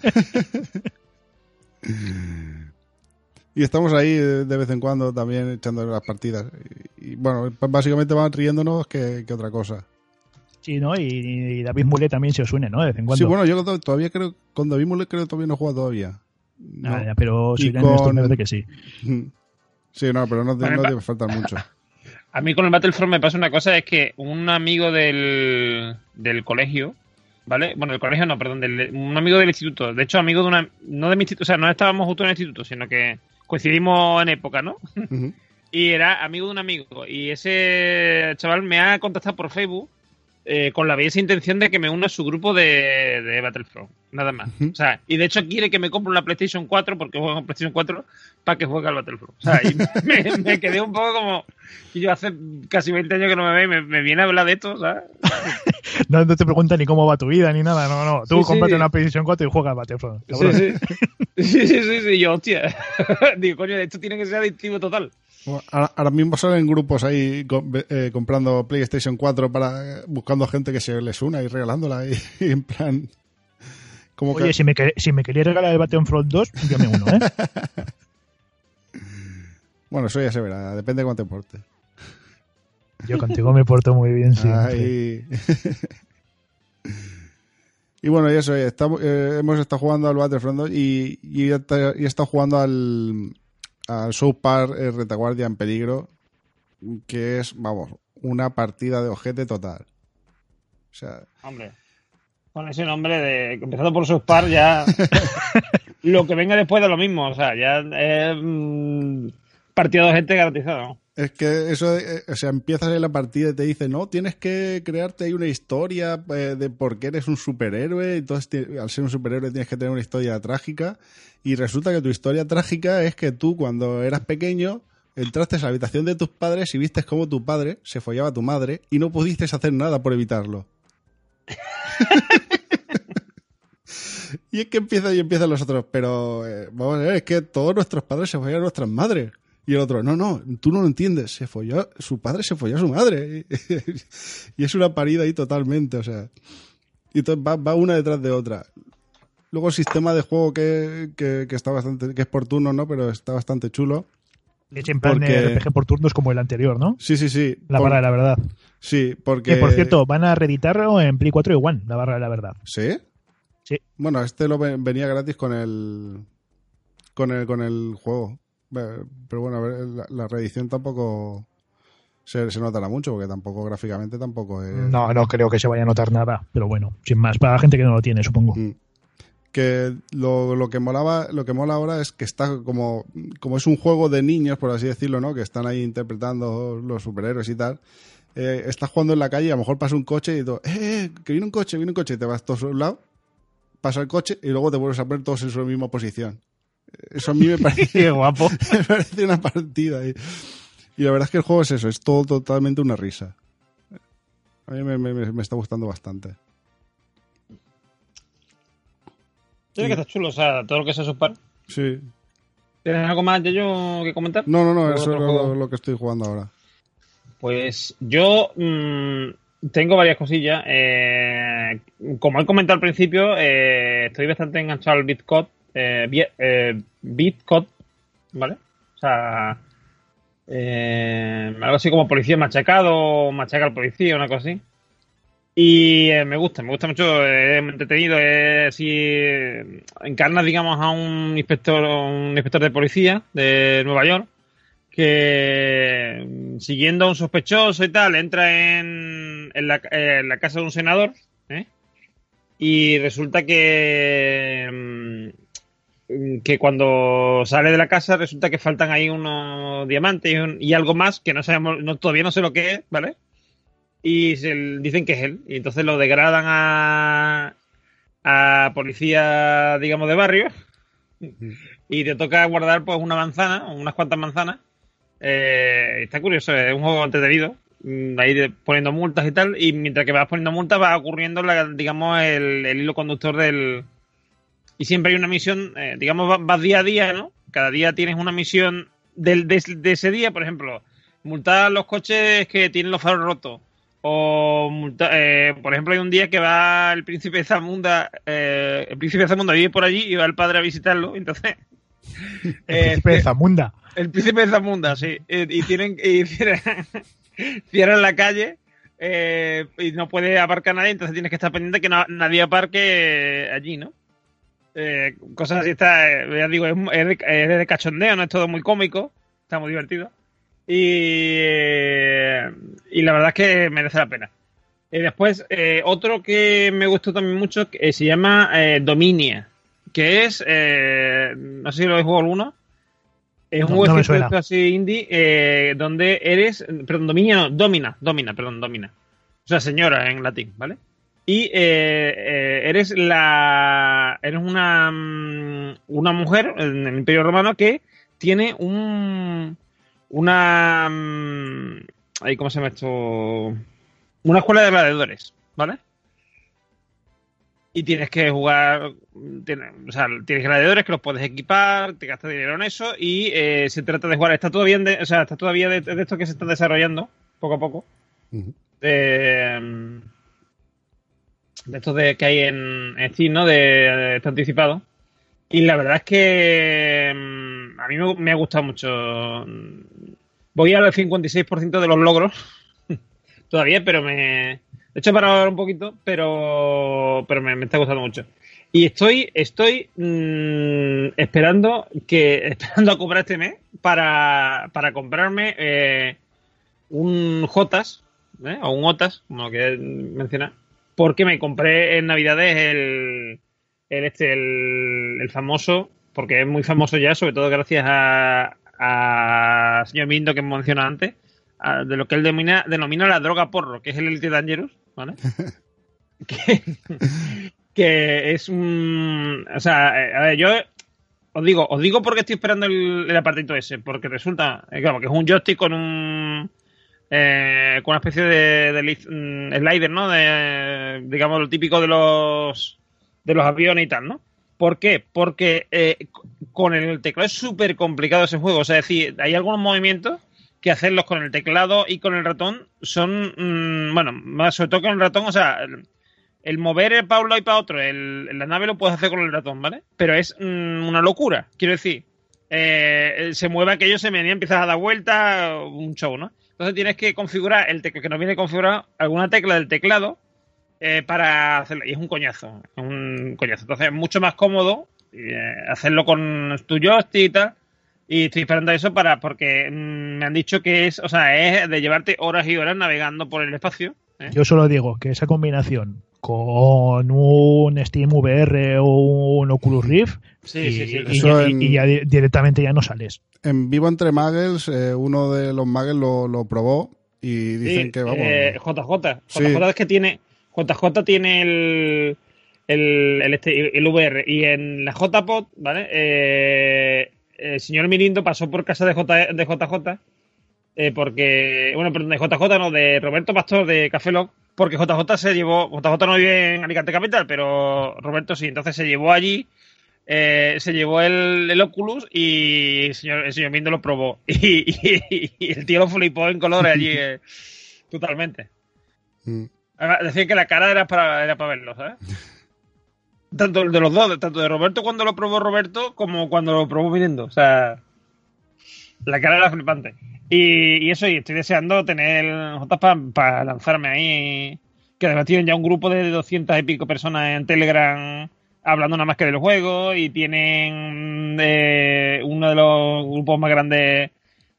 Y estamos ahí de vez en cuando también echando las partidas. Y bueno, básicamente van riéndonos que otra cosa.
Sí, ¿no? Y David Mulet también se os une, ¿no? De vez en cuando.
Sí, bueno, yo todavía creo, con David Mulet creo que todavía no he jugado todavía.
No. Ya, pero si esto me parece que sí.
Sí, no, pero no debe faltar mucho.
A mí con el Battlefront me pasa una cosa, es que un amigo del colegio ¿vale? Bueno, del colegio no, perdón, un amigo del instituto. De hecho, amigo de una... No de mi instituto, o sea, no estábamos justo en el instituto, sino que coincidimos en época, ¿no?
Ujú.
Y era amigo de un amigo. Y ese chaval me ha contactado por Facebook con la bella intención de que me una a su grupo de Battlefront. Nada más.
Ujú.
O sea, y de hecho quiere que me compre una PlayStation 4 porque juego en PlayStation 4 para que juegue al Battlefront. O sea, y me quedé un poco como... Y yo hace casi 20 años que no me ve y me viene a hablar de esto, ¿sabes?
No te preguntan ni cómo va tu vida ni nada, no. Tú
Sí,
cómprate
sí.
una PlayStation 4 y juega al Battlefront.
Sí,
cabrón.
sí. Yo, hostia. Digo, coño, esto tiene que ser adictivo total.
Bueno, ahora mismo salen grupos ahí comprando PlayStation 4 buscando gente que se les una y regalándola y en plan... Como
Oye,
que,
si me querías regalar el Battlefront 2, yo me uno, ¿eh?
bueno, eso ya se verá, depende de cuánto te porte.
Yo contigo me porto muy bien, sí.
Ahí. Y bueno, y eso, hemos estado jugando al Battlefront 2 y he estado jugando al South Park Retaguardia en Peligro, que es, vamos, una partida de ojete total. O sea,
Hombre, con ese nombre de empezando por South Park ya lo que venga después de lo mismo, o sea, ya es partido de gente garantizado, ¿no?
es que eso, o sea, empiezas en la partida y te dice, no, tienes que crearte ahí una historia de por qué eres un superhéroe, entonces al ser un superhéroe tienes que tener una historia trágica, y resulta que tu historia trágica es que tú cuando eras pequeño entraste a la habitación de tus padres y viste cómo tu padre se follaba a tu madre y no pudiste hacer nada por evitarlo. Y es que empiezan los otros, pero vamos a ver, es que todos nuestros padres se follan a nuestras madres. Y el otro, no, tú no lo entiendes, su padre se folló a su madre. Y es una parida ahí totalmente, o sea. Y entonces va una detrás de otra. Luego el sistema de juego que está bastante, que es por turno, ¿no? Pero está bastante chulo.
Es en plan
Porque-
RPG por turnos como el anterior, ¿no?
Sí.
La barra de la verdad.
Sí, porque...
Que, por cierto, van a reeditarlo en Play 4 y One, la barra de la verdad.
¿Sí?
Sí.
Bueno, venía gratis con el juego. Pero bueno, a ver, la reedición tampoco se notará mucho, porque tampoco gráficamente tampoco es...
No creo que se vaya a notar nada, pero bueno, sin más, para la gente que no lo tiene, supongo.
Que lo que mola ahora es que está como es un juego de niños, por así decirlo, ¿no? Que están ahí interpretando los superhéroes y tal. Estás jugando en la calle y a lo mejor pasa un coche y tú, que viene un coche, y te vas todos a un lado, pasa el coche y luego te vuelves a poner todos en su misma posición. Eso a mí me parece,
Qué guapo.
me parece una partida. Y la verdad es que el juego es eso, es todo totalmente una risa. A mí me está gustando bastante.
Tiene que estar chulo, o sea, todo lo que sea South Park.
Sí.
¿Tienes algo más de yo que comentar?
No,
¿O
eso
otro
es
juego?
lo que estoy jugando ahora.
Pues yo tengo varias cosillas. Como he comentado al principio, estoy bastante enganchado al Bitcode. Bitcode, ¿vale? O sea, algo así como policía machacado, machaca al policía, una cosa así. Y me gusta mucho, es entretenido, si encarna, digamos, a un inspector de policía de Nueva York que, siguiendo a un sospechoso y tal, entra en la casa de un senador, ¿eh? Y resulta que cuando sale de la casa resulta que faltan ahí unos diamantes y algo más que no sabemos, todavía no sé lo que es, ¿vale? Y dicen que es él, y entonces lo degradan a policía, digamos, de barrio, y te toca guardar pues unas cuantas manzanas. Está curioso, es un juego entretenido, ahí poniendo multas y tal, y mientras que vas poniendo multas va ocurriendo, digamos, el hilo conductor del... Y siempre hay una misión, digamos, vas día a día, ¿no? Cada día tienes una misión de ese día, por ejemplo, multar los coches que tienen los faros rotos. O, por ejemplo, hay un día que va el príncipe de Zamunda, vive por allí y va el padre a visitarlo, entonces...
El príncipe de Zamunda.
El príncipe de Zamunda, sí. Y cierran la calle y no puede aparcar nadie, entonces tienes que estar pendiente que nadie aparque allí, ¿no? Cosas así, ya digo, es de cachondeo, no es todo muy cómico, está muy divertido. Y la verdad es que merece la pena. Después, otro que me gustó también mucho se llama Dominia, que es, no sé si lo habéis jugado alguno, es un juego así indie donde eres, perdón, Dominia no, Domina. O sea, señora en latín, ¿vale? Y eres una mujer en el Imperio Romano que tiene ¿cómo se llama esto? Una escuela de gladiadores, ¿vale? Y tienes que jugar, tienes gladiadores que los puedes equipar, te gastas dinero en eso y se trata de jugar. Está todavía de esto que se está desarrollando poco a poco.
Uh-huh.
De estos que hay en Steam, ¿no? Está anticipado. Y la verdad es que a mí me ha gustado mucho. Voy al 56% de los logros todavía, pero de hecho para ahora un poquito, pero me está gustando mucho. Y estoy esperando a cobrar este mes para comprarme un Jotas, o un Otas, como lo que mencionar, porque me compré en Navidades el famoso, porque es muy famoso ya, sobre todo gracias a señor Mindo que menciona antes, de lo que él denomina la droga porro, que es el Elite Dangerous, ¿vale? que es un... O sea, a ver, yo os digo porque estoy esperando el apartito ese, porque resulta, claro, que es un joystick con una especie de slider, ¿no? Digamos, lo típico de los aviones y tal, ¿no? ¿Por qué? Porque con el teclado es súper complicado ese juego. O sea, es decir, hay algunos movimientos que hacerlos con el teclado y con el ratón son, bueno, más sobre todo con el ratón, o sea, el mover para un lado y para otro, la nave lo puedes hacer con el ratón, ¿vale? Pero es una locura, quiero decir, se mueve aquello, se venía, empiezas a dar vueltas, un show, ¿no? Entonces tienes que configurar que nos viene configurado alguna tecla del teclado para hacerlo, y es un coñazo. Entonces es mucho más cómodo hacerlo con tu joystick y tal. Y estoy esperando eso porque me han dicho que es de llevarte horas y horas navegando por el espacio.
Yo solo digo que esa combinación con un Steam VR o un Oculus Rift y ya directamente ya no sales.
En Vivo Entre Muggles, uno de los Muggles lo probó y dicen que vamos.
JJ es que tiene. JJ tiene el VR y en la JPod, ¿vale? El señor Mirindo pasó por casa de JJ porque, bueno, perdón, de JJ no, de Roberto Pastor de Café Lock, porque JJ no vive en Alicante Capital, pero Roberto sí, entonces se llevó allí, se llevó el Oculus y el señor Mirindo lo probó y el tío lo flipó en colores allí totalmente. Decían que la cara era para verlo, ¿sabes? Tanto de los dos, tanto de Roberto cuando lo probó Roberto como cuando lo probó Mirindo. O sea, la cara era flipante. Y eso, y estoy deseando tener Jotas para lanzarme ahí. Que además tienen ya un grupo de 200 y pico personas en Telegram hablando nada más que del juego. Y tienen uno de los grupos más grandes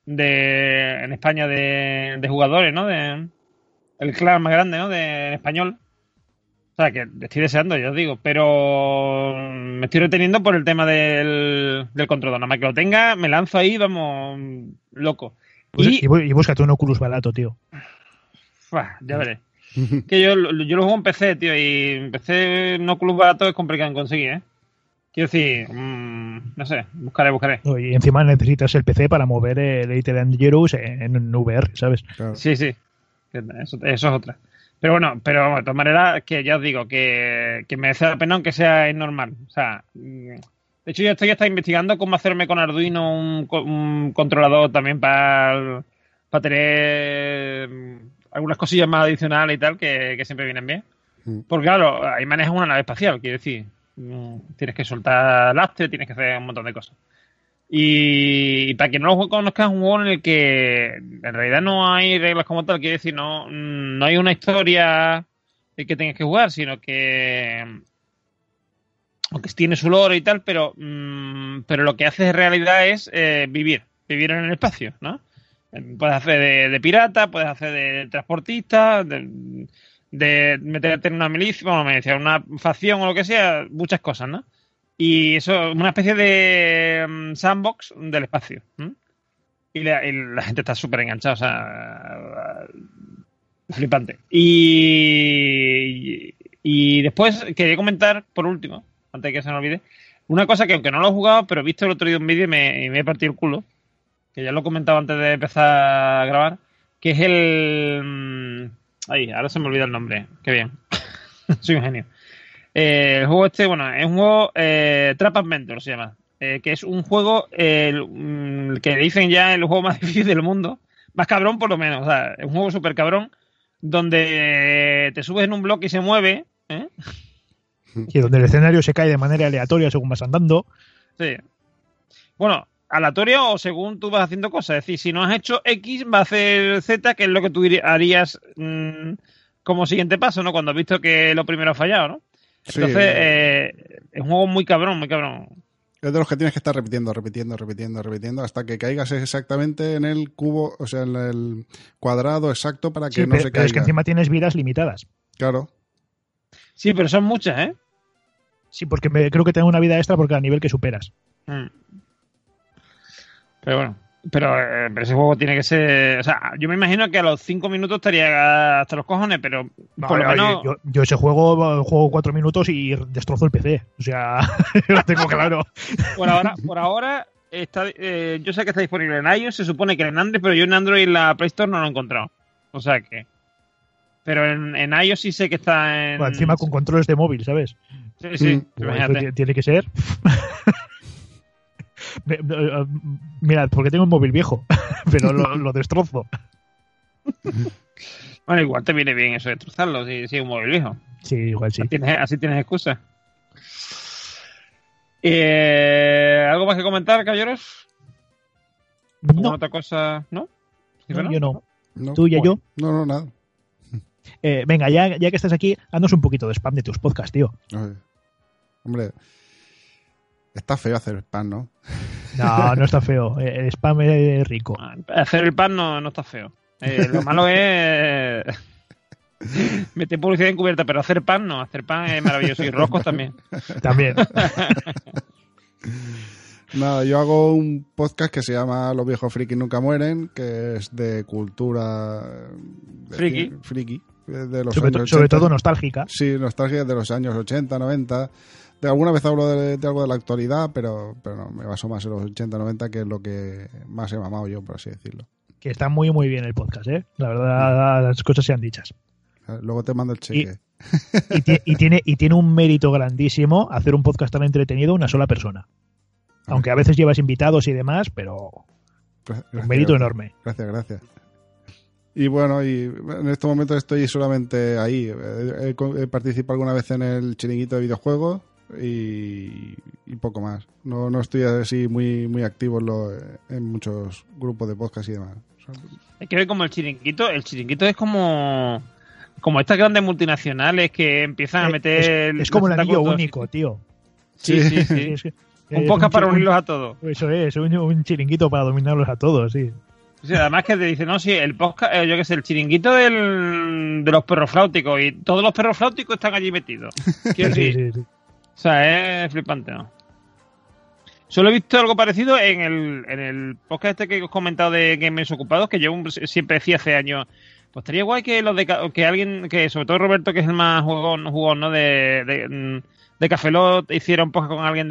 en España de jugadores, ¿no? El clan más grande, ¿no? En español. O sea, que estoy deseando, ya os digo, pero me estoy reteniendo por el tema del control. Nada más que lo tenga, me lanzo ahí, vamos, loco.
Y búscate un Oculus barato, tío.
Ya veré. Que yo lo juego en PC, tío, y en PC un Oculus barato es complicado en conseguir, ¿eh? Quiero decir, no sé, buscaré.
Y encima necesitas el PC para mover el Elite Dangerous en VR, ¿sabes?
Claro.
Sí. Eso es otra. Pero bueno, de todas maneras, que ya os digo, que merece la pena aunque sea normal. O sea, de hecho yo estoy hasta investigando cómo hacerme con Arduino un controlador también para tener algunas cosillas más adicionales y tal que siempre vienen bien. Porque claro, ahí manejas una nave espacial, quiero decir. Tienes que soltar lastre, tienes que hacer un montón de cosas. Y para que no lo conozcas, es un juego en el que en realidad no hay reglas como tal, quiere decir, no hay una historia que tengas que jugar, sino que aunque tiene su lore y tal, pero lo que haces en realidad es vivir en el espacio, ¿no? Puedes hacer de pirata, puedes hacer de transportista, de meterte en una milicia, una facción o lo que sea, muchas cosas, ¿no? Y eso es una especie de sandbox del espacio. Y la gente está súper enganchada, o sea, flipante. Y después quería comentar, por último, antes de que se me olvide, una cosa que aunque no lo he jugado, pero he visto el otro día un vídeo y me he partido el culo, que ya lo he comentado antes de empezar a grabar, que es el... ahora se me olvida el nombre, qué bien, soy un genio. El juego este, bueno, es un juego Trap Adventure se llama, que es un juego que dicen ya el juego más difícil del mundo, más cabrón por lo menos, o sea, es un juego súper cabrón, donde te subes en un bloque y se mueve,
Y donde el escenario se cae de manera aleatoria según vas andando.
Sí. Bueno, aleatorio o según tú vas haciendo cosas. Es decir, si no has hecho X, va a hacer Z, que es lo que tú harías como siguiente paso, ¿no? Cuando has visto que lo primero ha fallado, ¿no?
Sí,
entonces, es un juego muy cabrón, muy cabrón.
Es de los que tienes que estar repitiendo hasta que caigas exactamente en el cubo, o sea, en el cuadrado exacto para que no se caiga.
Pero es que encima tienes vidas limitadas.
Claro.
Sí, pero son muchas, ¿eh?
Sí, porque creo que tengo una vida extra porque a nivel que superas.
Pero bueno, pero ese juego tiene que ser... O sea, yo me imagino que a los 5 minutos estaría hasta los cojones, pero por lo menos...
Yo ese juego 4 minutos y destrozo el PC. O sea, lo tengo claro.
Por ahora está, yo sé que está disponible en iOS, se supone que en Android, pero yo en Android en la Play Store no lo he encontrado. O sea que... Pero en iOS sí sé que está en...
Bueno, encima con controles de móvil, ¿sabes?
Sí,
imagínate. Tiene que ser... Mirad, porque tengo un móvil viejo, pero lo destrozo.
Bueno, igual te viene bien eso de destrozarlo si es un móvil viejo.
Sí, igual sí.
Así tienes excusa. ¿Algo más que comentar, caballeros?
No.
¿Otra cosa? ¿No?
No, yo no.
No.
¿Tú y yo?
No, nada.
Venga, ya que estás aquí, haznos un poquito de spam de tus podcasts, tío.
Hombre, está feo hacer spam, ¿no?
No está feo. El spam es rico.
Hacer el pan no está feo. Lo malo es meter publicidad encubierta, pero hacer pan no. Hacer pan es maravilloso. Y roscos también.
También.
Nada, yo hago un podcast que se llama Los viejos frikis nunca mueren, que es de cultura friki de los años 80.
Sobre todo nostálgica.
Sí, nostalgia de los años 80, 90. De alguna vez hablo de algo de la actualidad, pero no, me baso más en los 80, 90, que es lo que más he mamado yo, por así decirlo.
Que está muy, muy bien el podcast, ¿eh? La verdad, las cosas sean dichas.
Luego te mando el cheque.
Y tiene un mérito grandísimo hacer un podcast tan entretenido una sola persona. Aunque a veces llevas invitados y demás, pero un mérito enorme.
Gracias. Y bueno, y en este momento estoy solamente ahí. He participado alguna vez en el chiringuito de videojuegos y poco más. No estoy así muy activo en muchos grupos de podcast y demás.
Es que como el chiringuito es como estas grandes multinacionales que empiezan a meter...
Es como el anillo único, tío.
Sí. Un podcast para unirlos a todos.
Eso es, un chiringuito para dominarlos a todos, sí.
O sea, además que te dicen, no, sí, el podcast, yo qué sé, el chiringuito de los perros flauticos y todos los perros flauticos están allí metidos.
Sí.
O sea, es flipante, ¿no? Solo he visto algo parecido en el podcast este que os he comentado de Gamers Ocupados, que yo siempre decía hace años, pues estaría guay que que alguien, que sobre todo Roberto, que es el más jugón, ¿no? De Café Lock, hiciera un podcast con alguien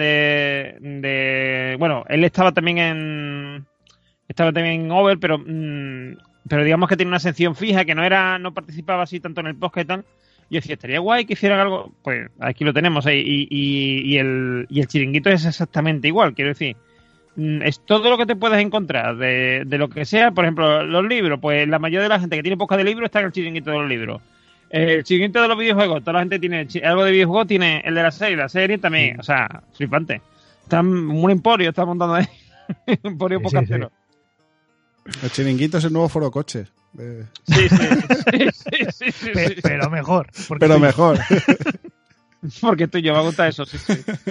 bueno, él estaba también en Over, pero digamos que tiene una sección fija, que no participaba así tanto en el podcast y tal. Yo decía, estaría guay que hicieran algo. Pues aquí lo tenemos, y el chiringuito es exactamente igual, quiero decir. Es todo lo que te puedes encontrar de lo que sea. Por ejemplo, los libros, pues la mayoría de la gente que tiene podcast de libros está en el chiringuito de los libros. El chiringuito de los videojuegos, toda la gente tiene algo de videojuegos, tiene el de la serie también, o sea, flipante. Está un emporio, está montando ahí. Un emporio podcastero.
El chiringuito es el nuevo Foro Coches.
Sí.
Pero mejor.
Mejor.
Porque me gusta eso, sí.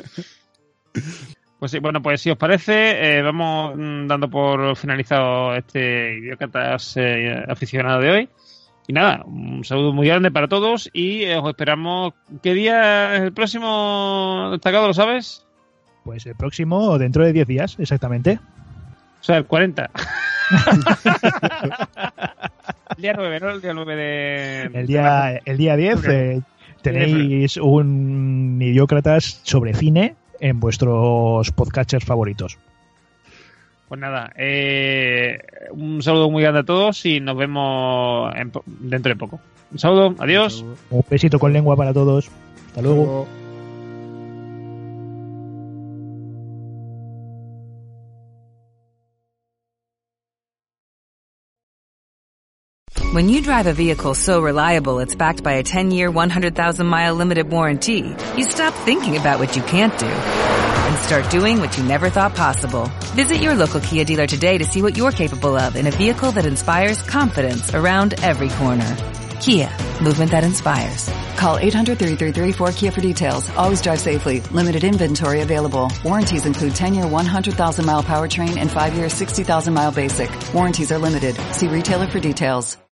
Pues sí, bueno, pues si os parece, vamos dando por finalizado este Idiocatas aficionado de hoy. Y nada, un saludo muy grande para todos y os esperamos. ¿Qué día es el próximo destacado, lo sabes?
Pues el próximo, dentro de 10 días, exactamente.
O sea, el 40. El día 9, ¿no? El día 9 de...
El día 10 tenéis un Idiócratas sobre cine en vuestros podcasters favoritos.
Pues nada, un saludo muy grande a todos y nos vemos dentro de poco. Un saludo, adiós.
Un besito con lengua para todos. Hasta luego.
When you drive a vehicle so reliable it's backed by a 10-year, 100,000-mile limited warranty, you stop thinking about what you can't do and start doing what you never thought possible. Visit your local Kia dealer today to see what you're capable of in a vehicle that inspires confidence around every corner. Kia, movement that inspires.
Call 800-3334-KIA for details. Always drive safely. Limited inventory available. Warranties include 10-year 100,000-mile powertrain and 5-year 60,000-mile basic. Warranties are limited. See retailer for details.